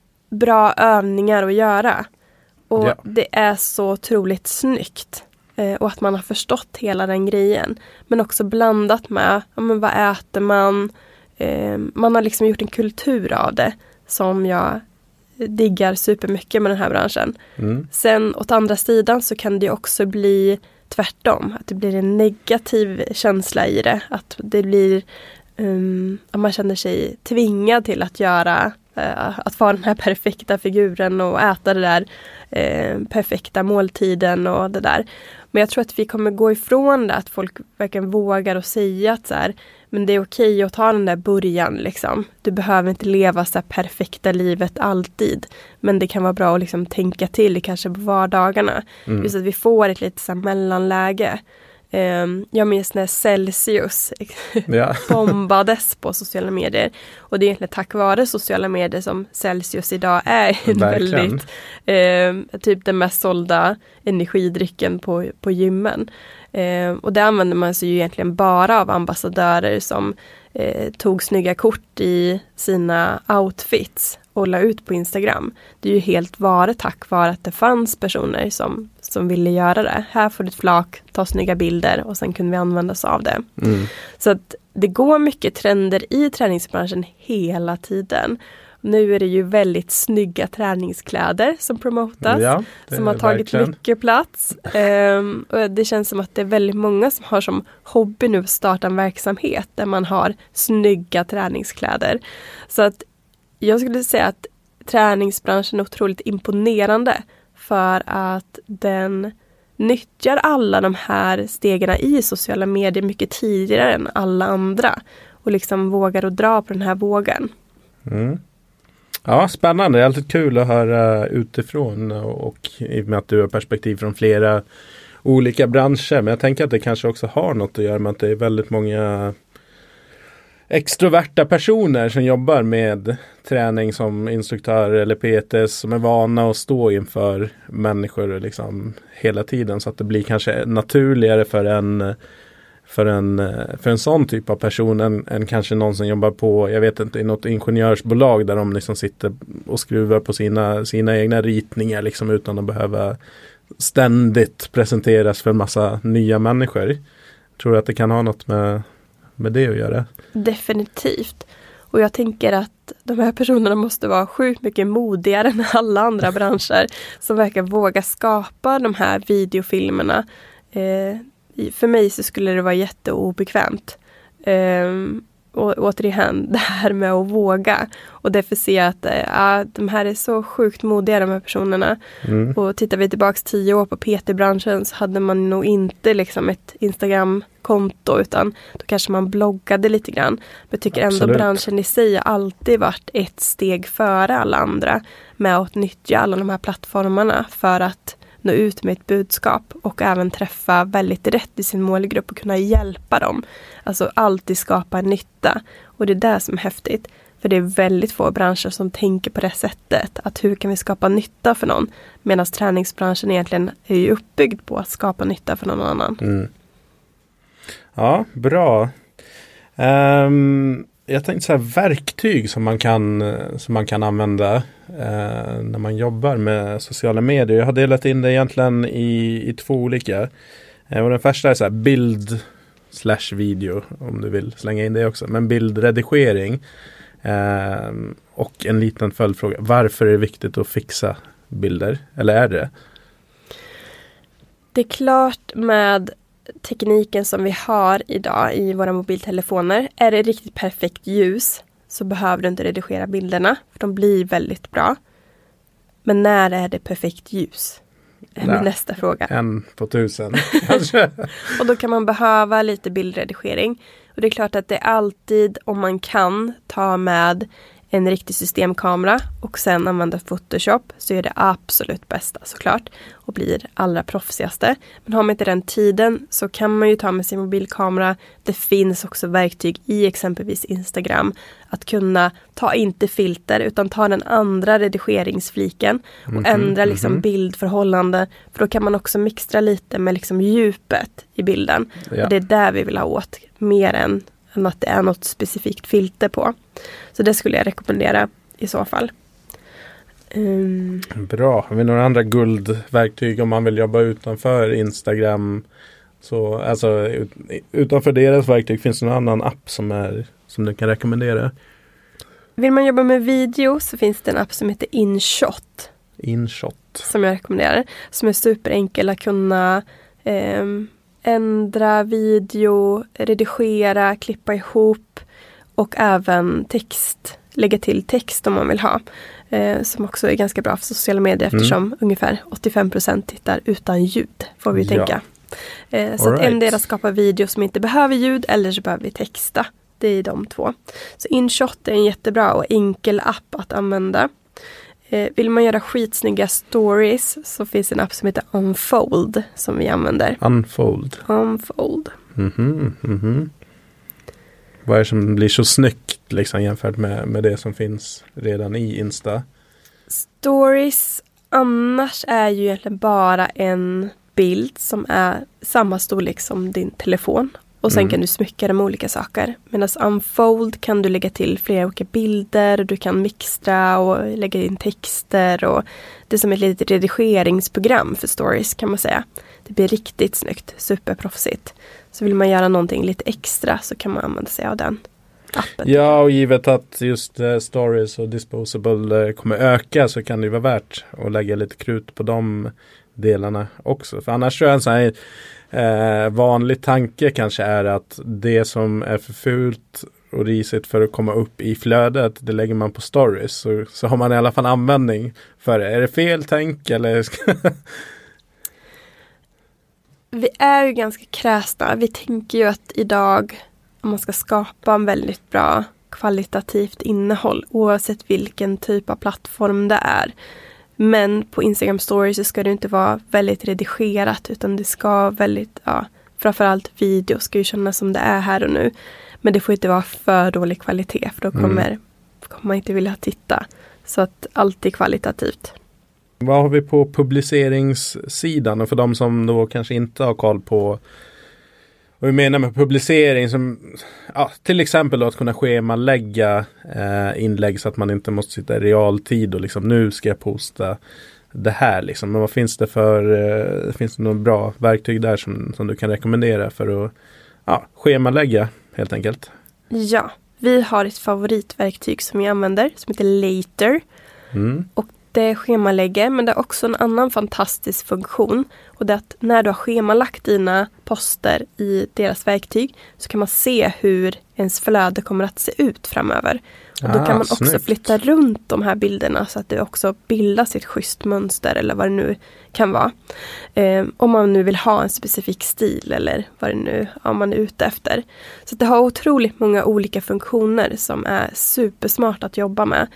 bra övningar att göra. Och ja. Det är så otroligt snyggt. Eh, och att man har förstått hela den grejen. Men också blandat med, ja, men vad äter man? Eh, man har liksom gjort en kultur av det som jag diggar supermycket med den här branschen. Mm. Sen åt andra sidan så kan det också bli tvärtom, att det blir en negativ känsla i det. Att det blir, um, att man känner sig tvingad till att göra, uh, att få den här perfekta figuren och äta det där uh, perfekta måltiden och det där. Men jag tror att vi kommer gå ifrån det, att folk verkligen vågar och säga att så här, men det är okej att ta den där början liksom. Du behöver inte leva så här perfekta livet alltid. Men det kan vara bra att liksom tänka till kanske på vardagarna. Mm. Just att vi får ett lite så här mellanläge. Um, jag minns när Celsius ja. bombades på sociala medier. Och det är egentligen tack vare sociala medier som Celsius idag är en väldigt um, typ den mest sålda energidrycken på, på gymmen. Um, och det använder man sig ju egentligen bara av ambassadörer som uh, tog snygga kort i sina outfits och la ut på Instagram. Det är ju helt vare tack vare att det fanns personer som, som ville göra det. Här får du ett flak, ta snygga bilder och sen kunde vi använda oss av det. Mm. Så att det går mycket trender i träningsbranschen hela tiden. Nu är det ju väldigt snygga träningskläder som promotas. Ja, som har tagit verkligen mycket plats. Um, och det känns som att det är väldigt många som har som hobby nu att starta en verksamhet där man har snygga träningskläder. Så att jag skulle säga att träningsbranschen är otroligt imponerande för att den nyttjar alla de här stegen i sociala medier mycket tidigare än alla andra och liksom vågar att dra på den här vågen. Mm. Ja, spännande. Det är alltid kul att höra utifrån och i och med att du har perspektiv från flera olika branscher. Men jag tänker att det kanske också har något att göra med att det är väldigt många extroverta personer som jobbar med träning som instruktör eller P T som är vana att stå inför människor liksom hela tiden, så att det blir kanske naturligare för en för en, för en sån typ av person än, än kanske någon som jobbar på, jag vet inte, i något ingenjörsbolag där de liksom sitter och skruvar på sina, sina egna ritningar liksom utan att behöva ständigt presenteras för en massa nya människor. Tror du att det kan ha något med med det att göra? Definitivt. Och jag tänker att de här personerna måste vara sjukt mycket modigare än alla andra branscher som verkar våga skapa de här videofilmerna. Eh, för mig så skulle det vara jätteobekvämt. Eh, och återigen, det här med att våga. Och därför ser jag att äh, de här är så sjukt modiga, de här personerna. Mm. Och tittar vi tillbaka tio år på P T-branschen så hade man nog inte liksom ett Instagram-konto, utan då kanske man bloggade lite grann. Men jag tycker Absolut. ändå branschen i sig har alltid varit ett steg före alla andra med att nyttja alla de här plattformarna för att nå ut med ett budskap och även träffa väldigt rätt i sin målgrupp och kunna hjälpa dem. Alltså alltid skapa en nytta. Och det är det som är häftigt. För det är väldigt få branscher som tänker på det sättet. Att hur kan vi skapa nytta för någon? Medan träningsbranschen egentligen är ju uppbyggd på att skapa nytta för någon annan. Mm. Ja, bra. Um, jag tänkte så här, verktyg som man kan, som man kan använda uh, när man jobbar med sociala medier. Jag har delat in det egentligen i, i två olika. Uh, och den första är så här, bild slash video, om du vill slänga in det också. Men bildredigering. Uh, och en liten följdfråga. Varför är det viktigt att fixa bilder? Eller är det? Det är klart med tekniken som vi har idag i våra mobiltelefoner. Är det riktigt perfekt ljus så behöver du inte redigera bilderna. För de blir väldigt bra. Men när är det perfekt ljus? Är min nästa fråga. En på tusen. Och då kan man behöva lite bildredigering. Och det är klart att det är alltid, om man kan, ta med en riktig systemkamera och sen använda Photoshop, så är det absolut bästa såklart och blir allra proffsigaste. Men har man inte den tiden så kan man ju ta med sin mobilkamera. Det finns också verktyg i exempelvis Instagram att kunna ta inte filter utan ta den andra redigeringsfliken och mm-hmm, ändra liksom mm-hmm. bildförhållande, för då kan man också mixtra lite med liksom djupet i bilden. Ja. Och det är där vi vill ha åt mer än än att det är något specifikt filter på. Så det skulle jag rekommendera i så fall. Um. Bra. Har vi några andra guldverktyg om man vill jobba utanför Instagram? Så, alltså, utanför deras verktyg, finns det någon annan app som, är, som du kan rekommendera? Vill man jobba med video så finns det en app som heter InShot. InShot. Som jag rekommenderar. Som är superenkel att kunna um, ändra video, redigera, klippa ihop och även text, lägga till text om man vill ha. Eh, som också är ganska bra för sociala medier mm. eftersom ungefär åttiofem procent tittar utan ljud, får vi ju ja. tänka. Eh, så right. att endera skapa video som inte behöver ljud eller så behöver vi texta. Det är de två. Så InShot är en jättebra och enkel app att använda. Eh, vill man göra skitsnygga stories så finns en app som heter Unfold som vi använder. Unfold. Unfold. Mhm, mhm. Vad är det som blir så snyggt liksom, jämfört med, med det som finns redan i Insta? Stories annars är ju egentligen bara en bild som är samma storlek som din telefon. Och sen mm. kan du smycka dem med olika saker. Medan Unfold kan du lägga till flera olika bilder. Du kan mixtra och lägga in texter. Och det är som ett litet redigeringsprogram för stories kan man säga. Det blir riktigt snyggt. Superproffsigt. Så vill man göra någonting lite extra så kan man använda sig av den appen. Ja, och givet att just uh, stories och disposable uh, kommer öka så kan det vara värt att lägga lite krut på de delarna också. För annars tror jag en sån här Eh, vanlig tanke kanske är att det som är för fult och risigt för att komma upp i flödet, det lägger man på stories. Så, så har man i alla fall användning för det. Är det fel tänk eller? Vi är ju ganska kräsna. Vi tänker ju att idag om man ska skapa en väldigt bra kvalitativt innehåll oavsett vilken typ av plattform det är. Men på Instagram Stories så ska det inte vara väldigt redigerat utan det ska väldigt, ja, framförallt video ska ju kännas som det är här och nu. Men det får inte vara för dålig kvalitet för då kommer, mm. kommer man inte vilja titta. Så att allt är kvalitativt. Vad har vi på publiceringssidan? Och för de som då kanske inte har koll på vad vi menar med publicering, som ja, till exempel då att kunna schemalägga eh, inlägg så att man inte måste sitta i realtid och liksom nu ska jag posta det här liksom. Men vad finns det för eh, finns det några bra verktyg där som, som du kan rekommendera för att ja, schemalägga helt enkelt? Ja, vi har ett favoritverktyg som vi använder som heter Later. Mm. Och det schemalägger, men det är också en annan fantastisk funktion. Och det är att när du har schemalagt dina poster i deras verktyg så kan man se hur ens flöde kommer att se ut framöver. Och då ah, kan man också snyggt. flytta runt de här bilderna så att det också bildar sitt schysst mönster eller vad det nu kan vara. Eh, om man nu vill ha en specifik stil eller vad det nu om man är ute efter. Så det har otroligt många olika funktioner som är supersmart att jobba med.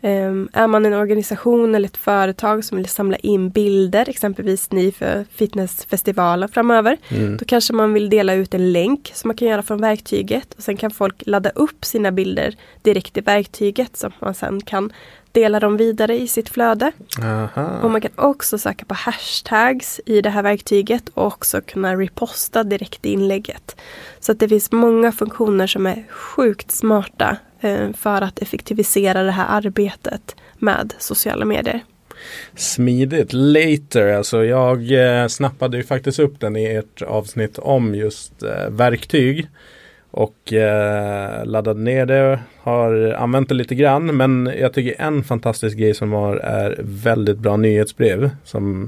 Um, är man en organisation eller ett företag som vill samla in bilder, exempelvis ni för fitnessfestivalen framöver, mm. då kanske man vill dela ut en länk som man kan göra från verktyget och sen kan folk ladda upp sina bilder direkt i verktyget så man sen kan dela dem vidare i sitt flöde. Aha. Och man kan också söka på hashtags i det här verktyget och också kunna reposta direkt i inlägget. Så att det finns många funktioner som är sjukt smarta eh, för att effektivisera det här arbetet med sociala medier. Smidigt. Later, alltså jag eh, snappade ju faktiskt upp den i ert avsnitt om just eh, verktyg. Och eh, laddade ner det, har använt det lite grann. Men jag tycker en fantastisk grej som har är väldigt bra nyhetsbrev. Som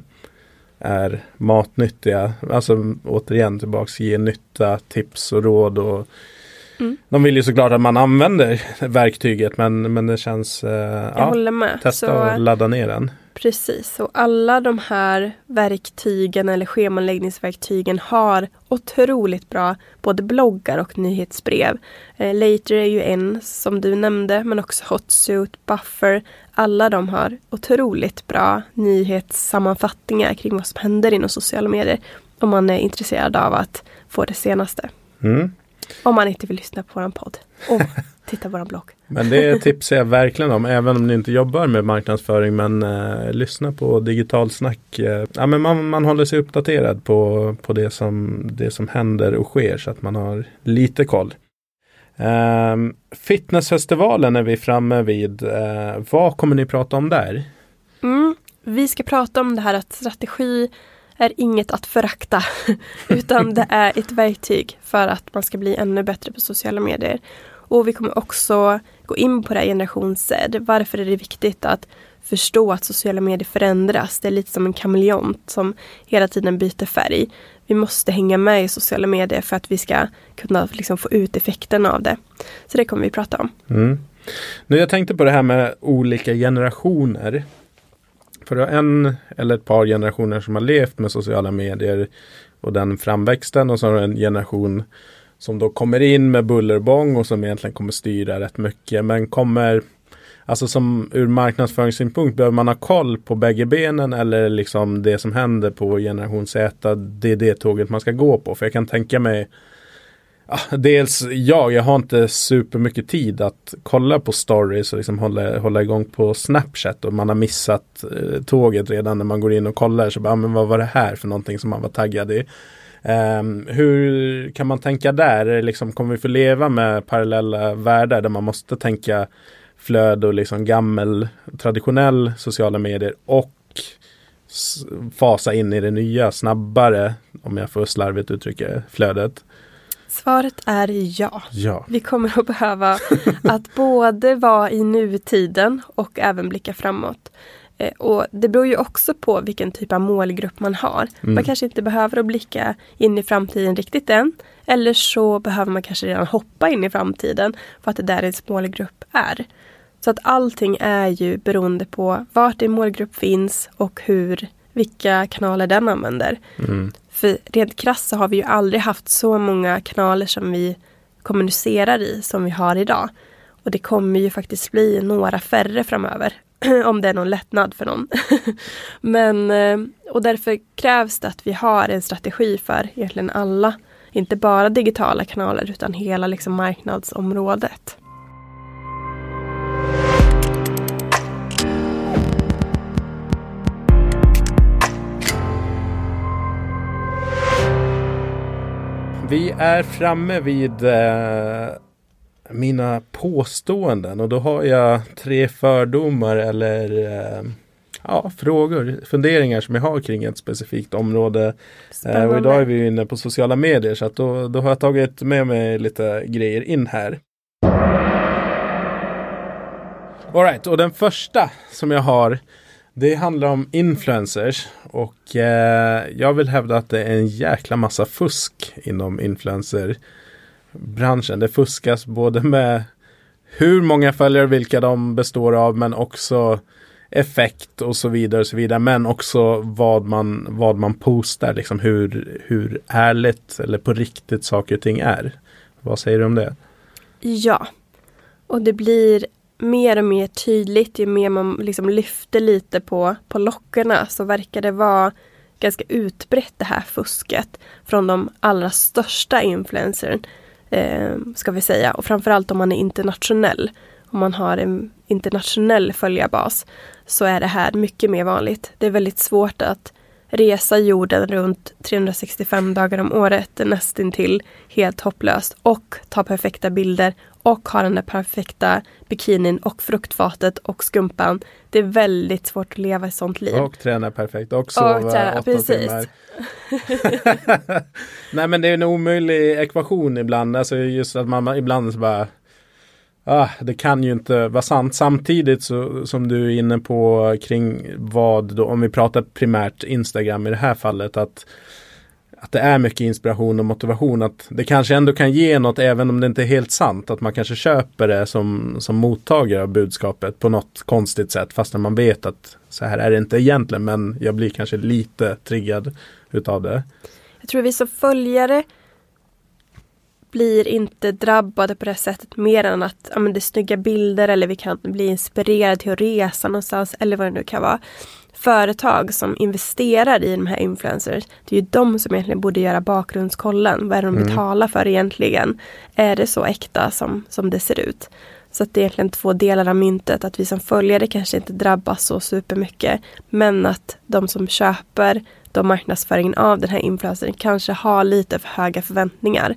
är matnyttiga. Alltså återigen tillbaks ge nytta, tips och råd. Och mm. De vill ju såklart att man använder verktyget. Men, men det känns, eh, jag ja, håller med. testa Så, och ladda ner den. Precis, och alla de här verktygen eller schemaläggningsverktygen har otroligt bra både bloggar och nyhetsbrev. Eh, Later är ju en som du nämnde, men också Hotsuite, Buffer. Alla de har otroligt bra nyhetssammanfattningar kring vad som händer inom sociala medier om man är intresserad av att få det senaste. Mm. Om man inte vill lyssna på vår podd och titta på vår blogg. Men det tipsar jag verkligen om, även om ni inte jobbar med marknadsföring, men eh, lyssna på digitalsnack. Eh, ja, men man, man håller sig uppdaterad på, på det, som, det som händer och sker så att man har lite koll. Eh, fitnessfestivalen är vi framme vid. Eh, vad kommer ni prata om där? Mm, vi ska prata om det här att strategi är inget att förakta utan det är ett verktyg för att man ska bli ännu bättre på sociala medier. Och vi kommer också gå in på det här generation Z. Varför är det viktigt att förstå att sociala medier förändras? Det är lite som en kameleont som hela tiden byter färg. Vi måste hänga med i sociala medier för att vi ska kunna liksom få ut effekten av det. Så det kommer vi prata om. Mm. Nu jag tänkte på det här med olika generationer. För det är en eller ett par generationer som har levt med sociala medier och den framväxten, och så har det en generation som då kommer in med bullerbång och som egentligen kommer styra rätt mycket, men kommer, alltså som ur marknadsföringssynpunkt, behöver man ha koll på bägge benen eller liksom det som händer på generation Z, det är det tåget man ska gå på. För jag kan tänka mig, ja, dels jag, jag har inte supermycket tid att kolla på stories och liksom hålla, hålla igång på Snapchat, och man har missat eh, tåget redan när man går in och kollar, så bara, men vad var det här för någonting som man var taggad i? Um, hur kan man tänka där? Liksom, kommer vi få leva med parallella världar där man måste tänka flöde och liksom gammel, traditionell sociala medier och s- fasa in i det nya snabbare, om jag får slarvigt uttrycka flödet? Svaret är ja. ja. Vi kommer att behöva att både vara i nutiden och även blicka framåt. Eh, och det beror ju också på vilken typ av målgrupp man har. Mm. Man kanske inte behöver att blicka in i framtiden riktigt än. Eller så behöver man kanske redan hoppa in i framtiden för att det där ens målgrupp är. Så att allting är ju beroende på vart din målgrupp finns och hur, vilka kanaler den använder. Mm. För rent krasst så har vi ju aldrig haft så många kanaler som vi kommunicerar i som vi har idag. Och det kommer ju faktiskt bli några färre framöver. Om det är någon lättnad för någon. Men, och därför krävs det att vi har en strategi för egentligen alla. Inte bara digitala kanaler utan hela liksom marknadsområdet. Vi är framme vid eh, mina påståenden, och då har jag tre fördomar eller eh, ja, frågor, funderingar som jag har kring ett specifikt område. Eh, och idag är vi inne på sociala medier, så att då, då har jag tagit med mig lite grejer in här. All right, och den första som jag har, det handlar om influencers, och eh, jag vill hävda att det är en jäkla massa fusk inom influencerbranschen. Det fuskas både med hur många följare, vilka de består av, men också effekt och så vidare och så vidare, men också vad man, vad man postar, liksom hur, hur ärligt eller på riktigt saker och ting är. Vad säger du om det? Ja, och det blir mer och mer tydligt, ju mer man liksom lyfter lite på, på lockerna, så verkar det vara ganska utbrett det här fusket från de allra största influencern, eh, ska vi säga. Och framförallt om man är internationell. Om man har en internationell följarbas så är det här mycket mer vanligt. Det är väldigt svårt att resa jorden runt trehundrasextiofem dagar om året. Det är nästintill helt hopplöst. Och ta perfekta bilder och ha den där perfekta bikinin och fruktfatet och skumpan. Det är väldigt svårt att leva ett sånt liv. Och träna perfekt. Och sova och träna, åtta precis. timmar. Nej, men det är en omöjlig ekvation ibland. Alltså just att man ibland så bara... Ah, det kan ju inte vara sant. Samtidigt så, som du är inne på kring vad då, om vi pratar primärt Instagram i det här fallet, att, att det är mycket inspiration och motivation, att det kanske ändå kan ge något även om det inte är helt sant, att man kanske köper det som, som mottagare av budskapet på något konstigt sätt, fast när man vet att så här är det inte egentligen, men jag blir kanske lite triggad utav det. Jag tror vi som följare blir inte drabbade på det sättet mer än att ja, men det är snygga bilder, eller vi kan bli inspirerade till att resa någonstans, eller vad det nu kan vara. Företag som investerar i de här influencers, det är ju de som egentligen borde göra bakgrundskollen. Vad är det de betalar för egentligen? Är det så äkta som, som det ser ut? Så att det är egentligen två delar av myntet, att vi som följare kanske inte drabbas så supermycket, men att de som köper de marknadsföringen av den här influencern kanske har lite för höga förväntningar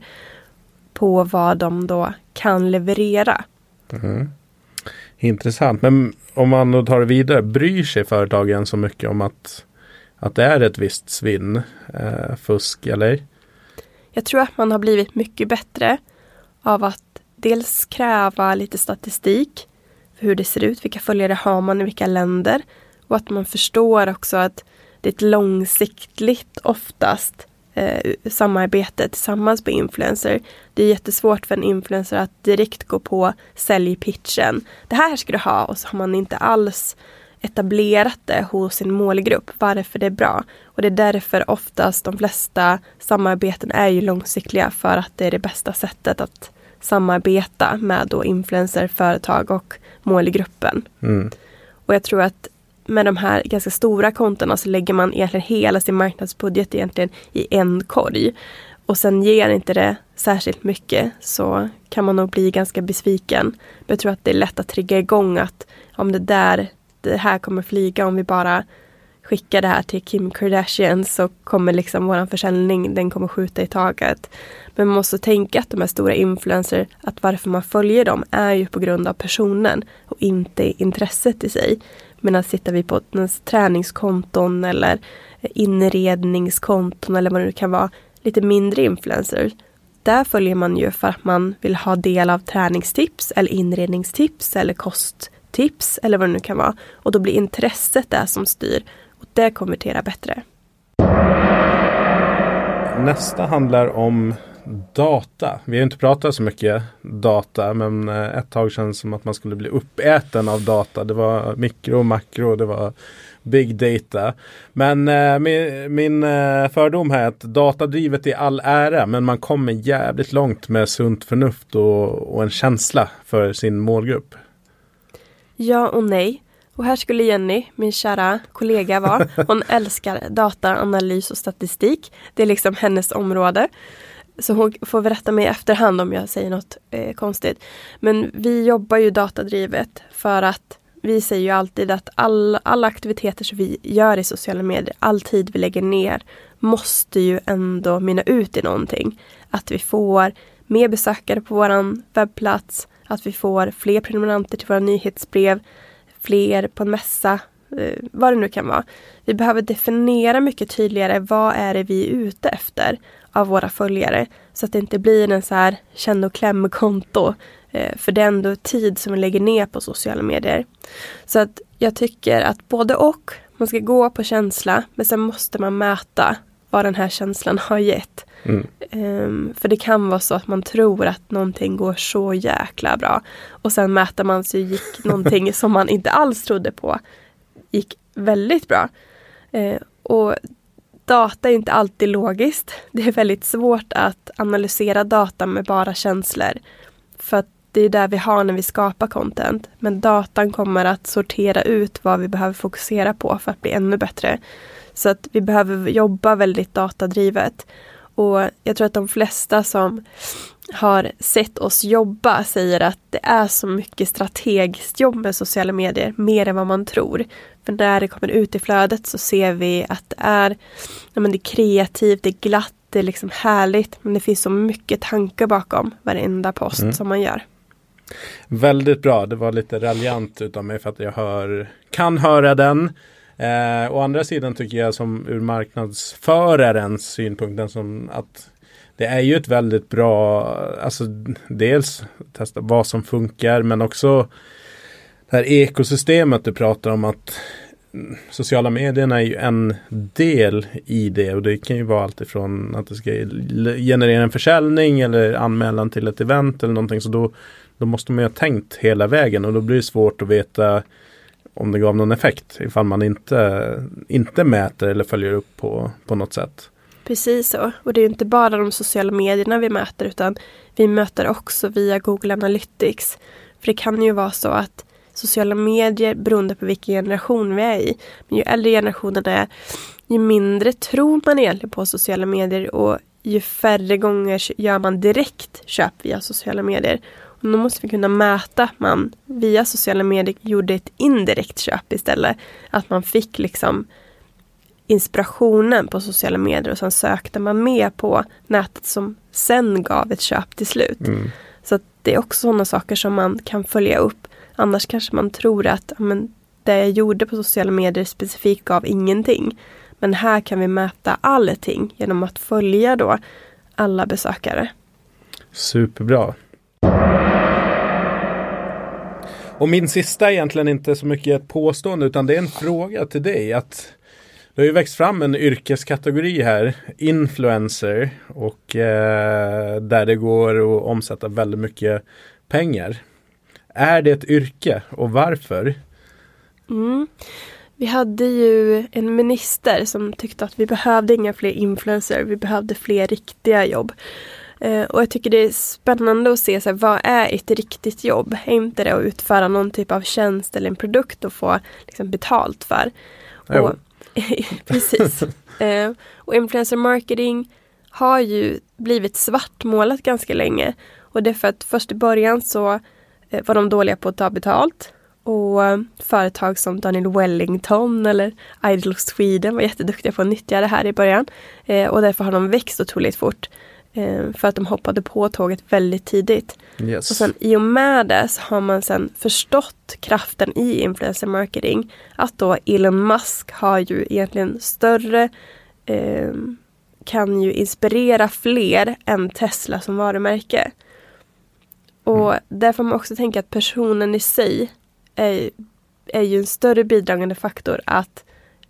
på vad de då kan leverera. Mm. Intressant. Men om man då tar det vidare, bryr sig företagen så mycket om att, att det är ett visst svinn, eh, fusk, eller? Jag tror att man har blivit mycket bättre av att dels kräva lite statistik för hur det ser ut, vilka följare har man i vilka länder, och att man förstår också att det är ett långsiktigt oftast Eh, samarbete tillsammans med influencer. Det är jättesvårt för en influencer att direkt gå på säljpitchen. Det här ska du ha, och så har man inte alls etablerat det hos sin målgrupp. Varför det är bra. Och det är därför oftast de flesta samarbeten är ju långsiktiga, för att det är det bästa sättet att samarbeta med då influencer, företag och målgruppen. Mm. Och jag tror att med de här ganska stora kontona så lägger man egentligen hela sin marknadsbudget egentligen i en korg. Och sen ger inte det särskilt mycket, så kan man nog bli ganska besviken. Men jag tror att det är lätt att trigga igång att om det där, det här kommer flyga, om vi bara skickar det här till Kim Kardashian så kommer liksom våran försäljning, den kommer skjuta i taget. Men man måste tänka att de här stora influencers, att varför man följer dem är ju på grund av personen och inte intresset i sig. Men sitter vi på träningskonton eller inredningskonton eller vad det nu kan vara, lite mindre influencers, där följer man ju för att man vill ha del av träningstips eller inredningstips eller kosttips eller vad det nu kan vara. Och då blir intresset det som styr, och det konverterar bättre. Nästa handlar om data. Vi har inte pratat så mycket data, men ett tag känns som att man skulle bli uppäten av data. Det var mikro, makro, det var big data. Men eh, min, min eh, fördom här är att datadrivet är all ära, men man kommer jävligt långt med sunt förnuft och, och en känsla för sin målgrupp. Ja och nej. Och här skulle Jenny, min kära kollega, vara. Hon älskar data, analys och statistik. Det är liksom hennes område. Så hon får berätta mig i efterhand om jag säger något eh, konstigt. Men vi jobbar ju datadrivet för att vi säger ju alltid att all, alla aktiviteter som vi gör i sociala medier, all tid vi lägger ner, måste ju ändå mynna ut i någonting. Att vi får mer besökare på våran webbplats, att vi får fler prenumeranter till våra nyhetsbrev, fler på en mässa, eh, vad det nu kan vara. Vi behöver definiera mycket tydligare vad är det vi är ute efter av våra följare, så att det inte blir en så här känn- och klämkonto, eh, för det är ändå tid som vi lägger ner på sociala medier. Så att jag tycker att både och, man ska gå på känsla, men sen måste man mäta vad den här känslan har gett. Mm. Um, för det kan vara så att man tror att någonting går så jäkla bra, och sen mäter man så gick någonting som man inte alls trodde på gick väldigt bra. Uh, och data är inte alltid logiskt. Det är väldigt svårt att analysera data med bara känslor. För att det är där vi har när vi skapar content. Men datan kommer att sortera ut vad vi behöver fokusera på för att bli ännu bättre. Så att vi behöver jobba väldigt datadrivet. Och jag tror att de flesta som har sett oss jobba säger att det är så mycket strategiskt jobb med sociala medier, mer än vad man tror. För när det kommer ut i flödet så ser vi att det är, ja, men det är kreativt, det är glatt, det är liksom härligt. Men det finns så mycket tankar bakom varenda post mm. som man gör. Väldigt bra, det var lite raljant utav mig för att jag hör, kan höra den. Eh, å andra sidan tycker jag som ur marknadsförarens synpunkten som att det är ju ett väldigt bra, alltså dels testa vad som funkar men också det här ekosystemet du pratar om att sociala medierna är ju en del i det och det kan ju vara allt ifrån att det ska generera en försäljning eller anmälan till ett event eller någonting så då, då måste man ju ha tänkt hela vägen och då blir det svårt att veta om det gav någon effekt ifall man inte, inte mäter eller följer upp på, på något sätt. Precis så. Och det är ju inte bara de sociala medierna vi mäter utan vi möter också via Google Analytics. För det kan ju vara så att sociala medier beroende på vilken generation vi är i. Men ju äldre generationen är ju mindre tror man egentligen på sociala medier och ju färre gånger gör man direkt köp via sociala medier. Och då måste vi kunna mäta att man via sociala medier gjorde ett indirekt köp istället. Att man fick liksom inspirationen på sociala medier och sen sökte man med på nätet som sen gav ett köp till slut. Mm. Så att det är också sådana saker som man kan följa upp. Annars kanske man tror att men, det jag gjorde på sociala medier specifikt gav ingenting. Men här kan vi mäta allting genom att följa då alla besökare. Superbra. Och min sista är egentligen inte så mycket ett påstående utan det är en fråga till dig. Att det har ju växt fram en yrkeskategori här, influencer, och eh, där det går att omsätta väldigt mycket pengar. Är det ett yrke och varför? Mm. Vi hade ju en minister som tyckte att vi behövde inga fler influencer, vi behövde fler riktiga jobb. Eh, och jag tycker det är spännande att se så här, vad är ett riktigt jobb? Är inte det att utföra någon typ av tjänst eller en produkt och få liksom, betalt för? Och, precis. eh, och influencer marketing har ju blivit svartmålat ganska länge. Och det är för att först i början så eh, var de dåliga på att ta betalt. Och eh, företag som Daniel Wellington eller Idol Sweden var jätteduktiga på att nyttja det här i början. Eh, och därför har de växt otroligt fort. Eh, för att de hoppade på tåget väldigt tidigt. Yes. Och sen i och med det så har man sen förstått kraften i influencer marketing. Att då Elon Musk har ju egentligen större, eh, kan ju inspirera fler än Tesla som varumärke. Och mm. där får man också tänka att personen i sig är, är ju en större bidragande faktor att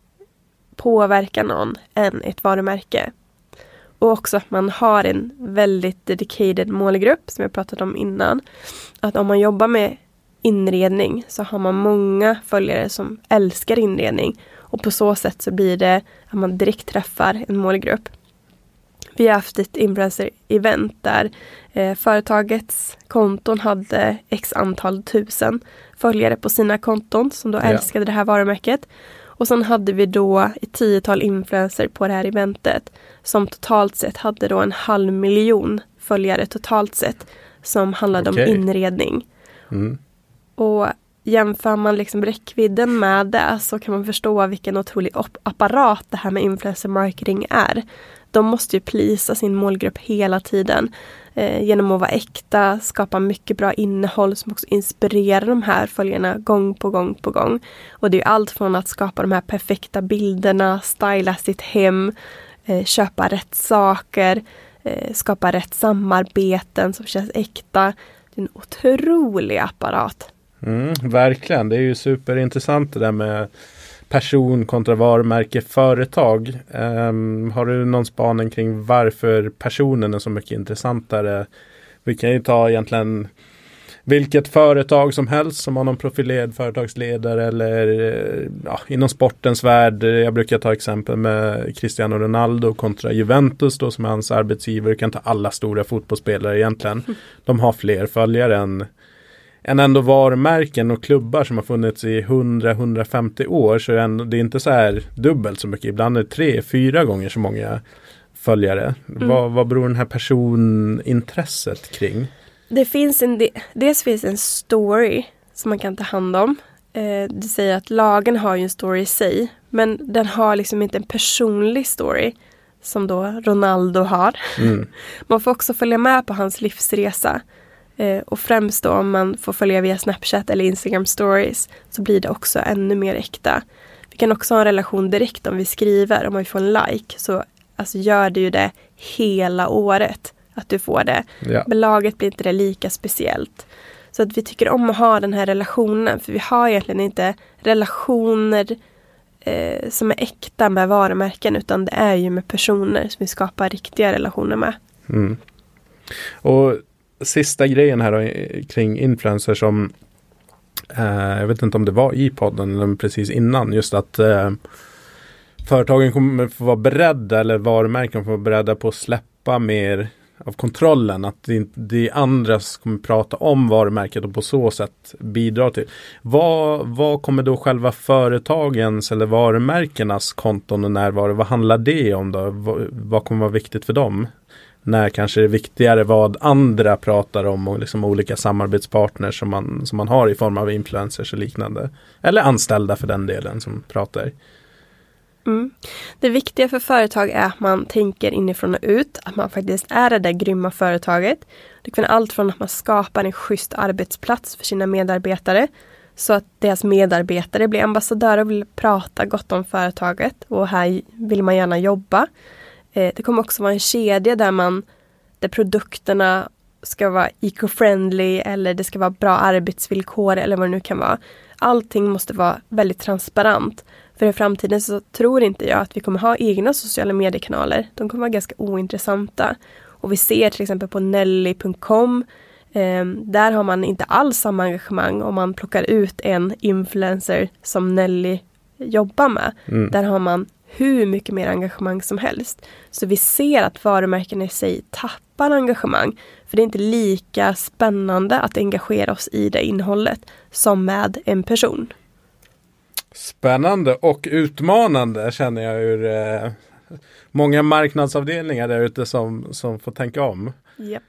påverka någon än ett varumärke. Och också att man har en väldigt dedicated målgrupp som jag pratat om innan. Att om man jobbar med inredning så har man många följare som älskar inredning. Och på så sätt så blir det att man direkt träffar en målgrupp. Vi har haft ett influencer-event där eh, företagets konton hade x antal tusen följare på sina konton som då ja. älskade det här varumärket. Och sen hade vi då ett tiotal influencer på det här eventet som totalt sett hade då en halv miljon följare totalt sett som handlade okay. om inredning. Mm. Och jämför man liksom räckvidden med det så kan man förstå vilken otrolig apparat det här med influencer marketing är. De måste ju plisa sin målgrupp hela tiden eh, genom att vara äkta, skapa mycket bra innehåll som också inspirerar de här följarna gång på gång på gång. Och det är ju allt från att skapa de här perfekta bilderna, styla sitt hem, eh, köpa rätt saker, eh, skapa rätt samarbeten som känns äkta. Det är en otrolig apparat. Mm, verkligen, det är ju superintressant det där med person kontra varumärke företag. Um, har du någon spaning kring varför personen är så mycket intressantare? Vi kan ju ta egentligen vilket företag som helst som har någon profilerad företagsledare eller ja, inom sportens värld. Jag brukar ta exempel med Cristiano Ronaldo kontra Juventus då, som är hans arbetsgivare. Kan ta alla stora fotbollsspelare egentligen. De har fler följare än, än ändå varumärken och klubbar som har funnits i hundra till hundrafemtio år. Så det är, ändå, det är inte så här dubbelt så mycket. Ibland är det tre, fyra gånger så många följare. Mm. Vad, vad beror den här personintresset kring? Det finns en, dels finns en story som man kan ta hand om. Eh, det säger att lagen har ju en story i sig. Men den har liksom inte en personlig story som då Ronaldo har. Mm. Man får också följa med på hans livsresa. Eh, och främst då om man får följa via Snapchat eller Instagram stories så blir det också ännu mer äkta. Vi kan också ha en relation direkt om vi skriver. Om vi får en like så alltså gör det ju det hela året. Att du får det. Ja. Men laget blir inte det lika speciellt. Så att vi tycker om att ha den här relationen. För vi har egentligen inte relationer eh, som är äkta med varumärken. Utan det är ju med personer som vi skapar riktiga relationer med. Mm. Och sista grejen här då, kring influencers som eh, jag vet inte om det var i podden eller precis innan. Just att eh, företagen kommer få vara beredda eller varumärken får vara beredda på att släppa mer av kontrollen, att det, det är andra som kommer prata om varumärket och på så sätt bidra till. Vad, vad kommer då själva företagens eller varumärkenas konton och närvaro, vad handlar det om då? Vad, vad kommer vara viktigt för dem? När kanske det är viktigare vad andra pratar om och liksom olika samarbetspartners som man, som man har i form av influencers och liknande. Eller anställda för den delen som pratar. Mm. Det viktiga för företag är att man tänker inifrån och ut. Att man faktiskt är det där grymma företaget. Det kan vara allt från att man skapar en schysst arbetsplats för sina medarbetare. Så att deras medarbetare blir ambassadörer och vill prata gott om företaget. Och här vill man gärna jobba. Eh, det kommer också vara en kedja där, man, där produkterna ska vara eco-friendly. Eller det ska vara bra arbetsvillkor eller vad det nu kan vara. Allting måste vara väldigt transparent. För i framtiden så tror inte jag att vi kommer ha egna sociala mediekanaler. De kommer vara ganska ointressanta. Och vi ser till exempel på Nelly punkt com. Eh, där har man inte alls samma engagemang om man plockar ut en influencer som Nelly jobbar med. Mm. Där har man hur mycket mer engagemang som helst. Så vi ser att varumärken i sig tappar engagemang. För det är inte lika spännande att engagera oss i det innehållet som med en person. Spännande och utmanande känner jag ur eh, många marknadsavdelningar där ute som, som får tänka om. Japp.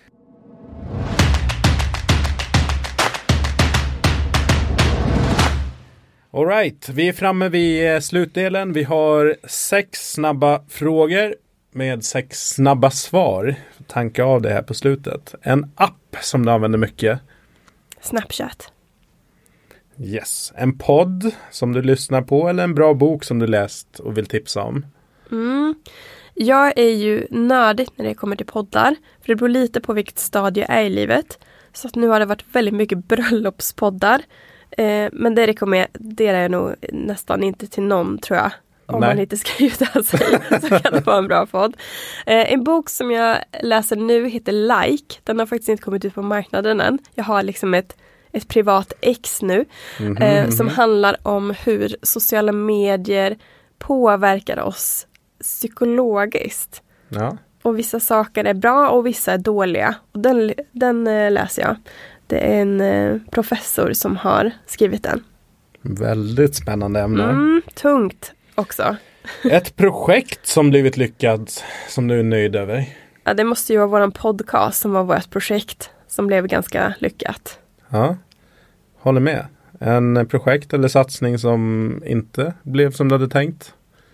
All right, vi är framme vid slutdelen. Vi har sex snabba frågor med sex snabba svar. Tanka av det här på slutet. En app som du använder mycket. Snapchat. Yes. En podd som du lyssnar på eller en bra bok som du läst och vill tipsa om? Mm. Jag är ju nördig när det kommer till poddar. För det beror lite på vilket stadie jag är i livet. Så att nu har det varit väldigt mycket bröllopspoddar. Eh, men det rekommenderar jag nog nästan inte till någon, tror jag. Om Nej. man inte ska gjuta sig så kan det vara en bra podd. Eh, en bok som jag läser nu heter Like. Den har faktiskt inte kommit ut på marknaden än. Jag har liksom ett ett privat ex nu mm-hmm, eh, som mm-hmm. handlar om hur sociala medier påverkar oss psykologiskt. Ja. Och vissa saker är bra och vissa är dåliga. Och den, den eh, läser jag. Det är en eh, professor som har skrivit den. Väldigt spännande ämne. Mm, tungt också. Ett projekt som blivit lyckat som du är nöjd över? Ja, det måste ju vara våran podcast som var vårt projekt som blev ganska lyckat. Ja, håller med. En projekt eller satsning som inte blev som du hade tänkt?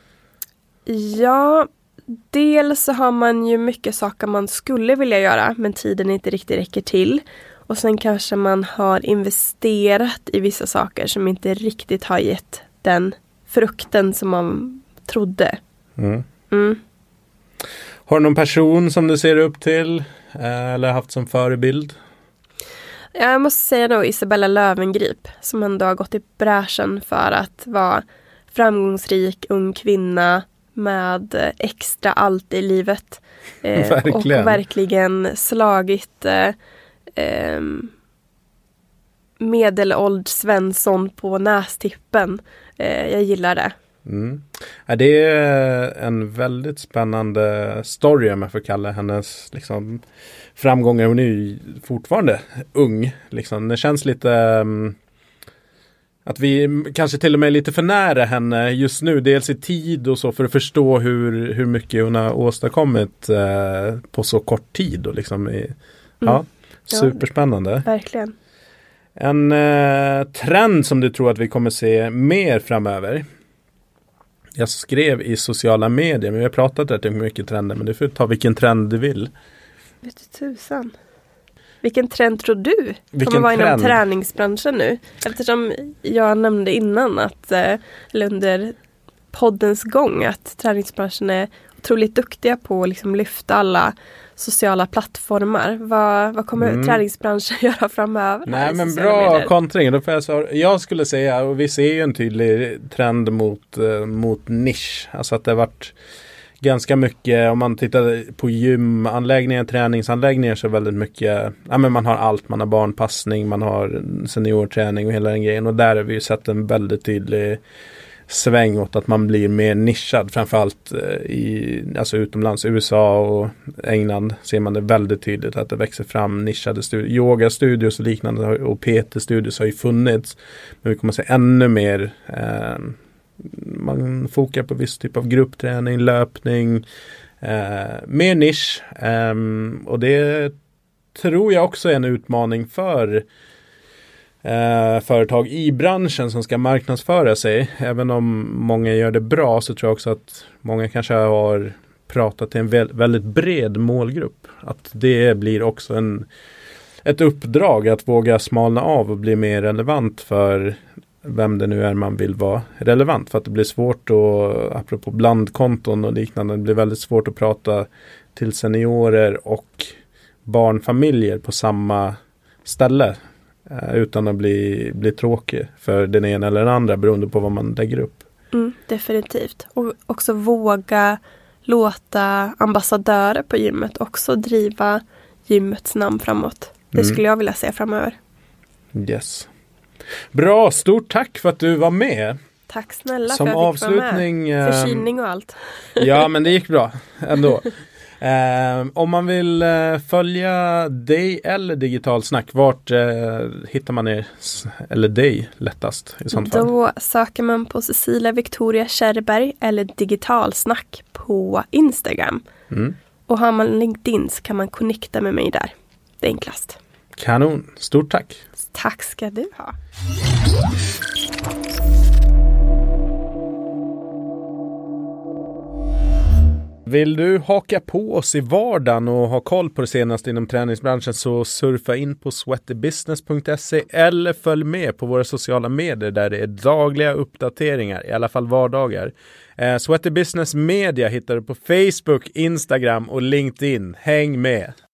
Ja, dels så har man ju mycket saker man skulle vilja göra men tiden inte riktigt räcker till. Och sen kanske man har investerat i vissa saker som inte riktigt har gett den frukten som man trodde. Mm. Mm. Har du någon person som du ser upp till eller haft som förebild? Jag måste säga då Isabella Löwengrip som ändå har gått i bräschen för att vara framgångsrik ung kvinna med extra allt i livet. Eh, verkligen. Och verkligen slagit eh, eh, medelålders Svensson på nästippen. Eh, jag gillar det. Mm. Ja, det är en väldigt spännande story om jag får kalla hennes liksom, framgångar. Hon är ju fortfarande ung. Liksom. Det känns lite um, att vi kanske till och med är lite för nära henne just nu. Dels i tid och så för att förstå hur, hur mycket hon har åstadkommit uh, på så kort tid. Och liksom i, mm. Ja, superspännande. Ja, verkligen. En uh, trend som du tror att vi kommer se mer framöver. Jag skrev i sociala medier, men vi har pratat rätt mycket trender, men du får ta vilken trend du vill. Vet du tusan. Vilken trend tror du vilken kommer vara trend? Inom träningsbranschen nu? Eftersom jag nämnde innan att, eller under poddens gång, att träningsbranschen är otroligt duktiga på att liksom lyfta alla sociala plattformar. Vad, vad kommer mm. träningsbranschen göra framöver? Nej, men bra medier? Kontring. Då får jag, så, jag skulle säga, och vi ser ju en tydlig trend mot, eh, mot nisch. Alltså att det har varit ganska mycket, om man tittar på gymanläggningar, träningsanläggningar, så väldigt mycket, ja men man har allt. Man har barnpassning, man har seniorträning och hela den grejen. Och där har vi ju sett en väldigt tydlig sväng åt att man blir mer nischad, framförallt i, alltså utomlands, U S A och England ser man det väldigt tydligt att det växer fram nischade studier. Yoga-studios och liknande och P T-studios har ju funnits, men vi kommer att se ännu mer eh, man fokar på viss typ av gruppträning, löpning, eh, mer nisch eh, och det tror jag också är en utmaning för Uh, företag i branschen som ska marknadsföra sig. Även om många gör det bra, så tror jag också att många kanske har pratat till en vä- väldigt bred målgrupp. Att det blir också en, ett uppdrag att våga smalna av och bli mer relevant för vem det nu är man vill vara relevant. För att det blir svårt att, apropå blandkonton och liknande, det blir väldigt svårt att prata till seniorer och barnfamiljer på samma ställe. Utan att bli, bli tråkig för den ena eller den andra beroende på vad man lägger upp. Mm, definitivt. Och också våga låta ambassadörer på gymmet också driva gymmets namn framåt. Det mm. skulle jag vilja se framöver. Yes. Bra, stort tack för att du var med. Tack snälla som för att jag fick avslutning, vara med. Förkylning och allt. Ja, men det gick bra ändå. Eh, om man vill eh, följa dig eller Digital Snack, vart eh, hittar man er eller dig lättast i sånt fall? Då söker man på Cecilia Victoria Kärrberg eller Digital Snack på Instagram. Mm. Och har man LinkedIn så kan man connecta med mig där. Det är enklast. Kanon, stort tack. Tack ska du ha. Vill du haka på oss i vardagen och ha koll på det senaste inom träningsbranschen, så surfa in på sweatybusiness punkt se eller följ med på våra sociala medier där det är dagliga uppdateringar, i alla fall vardagar. Eh, Sweaty Business Media hittar du på Facebook, Instagram och LinkedIn. Häng med!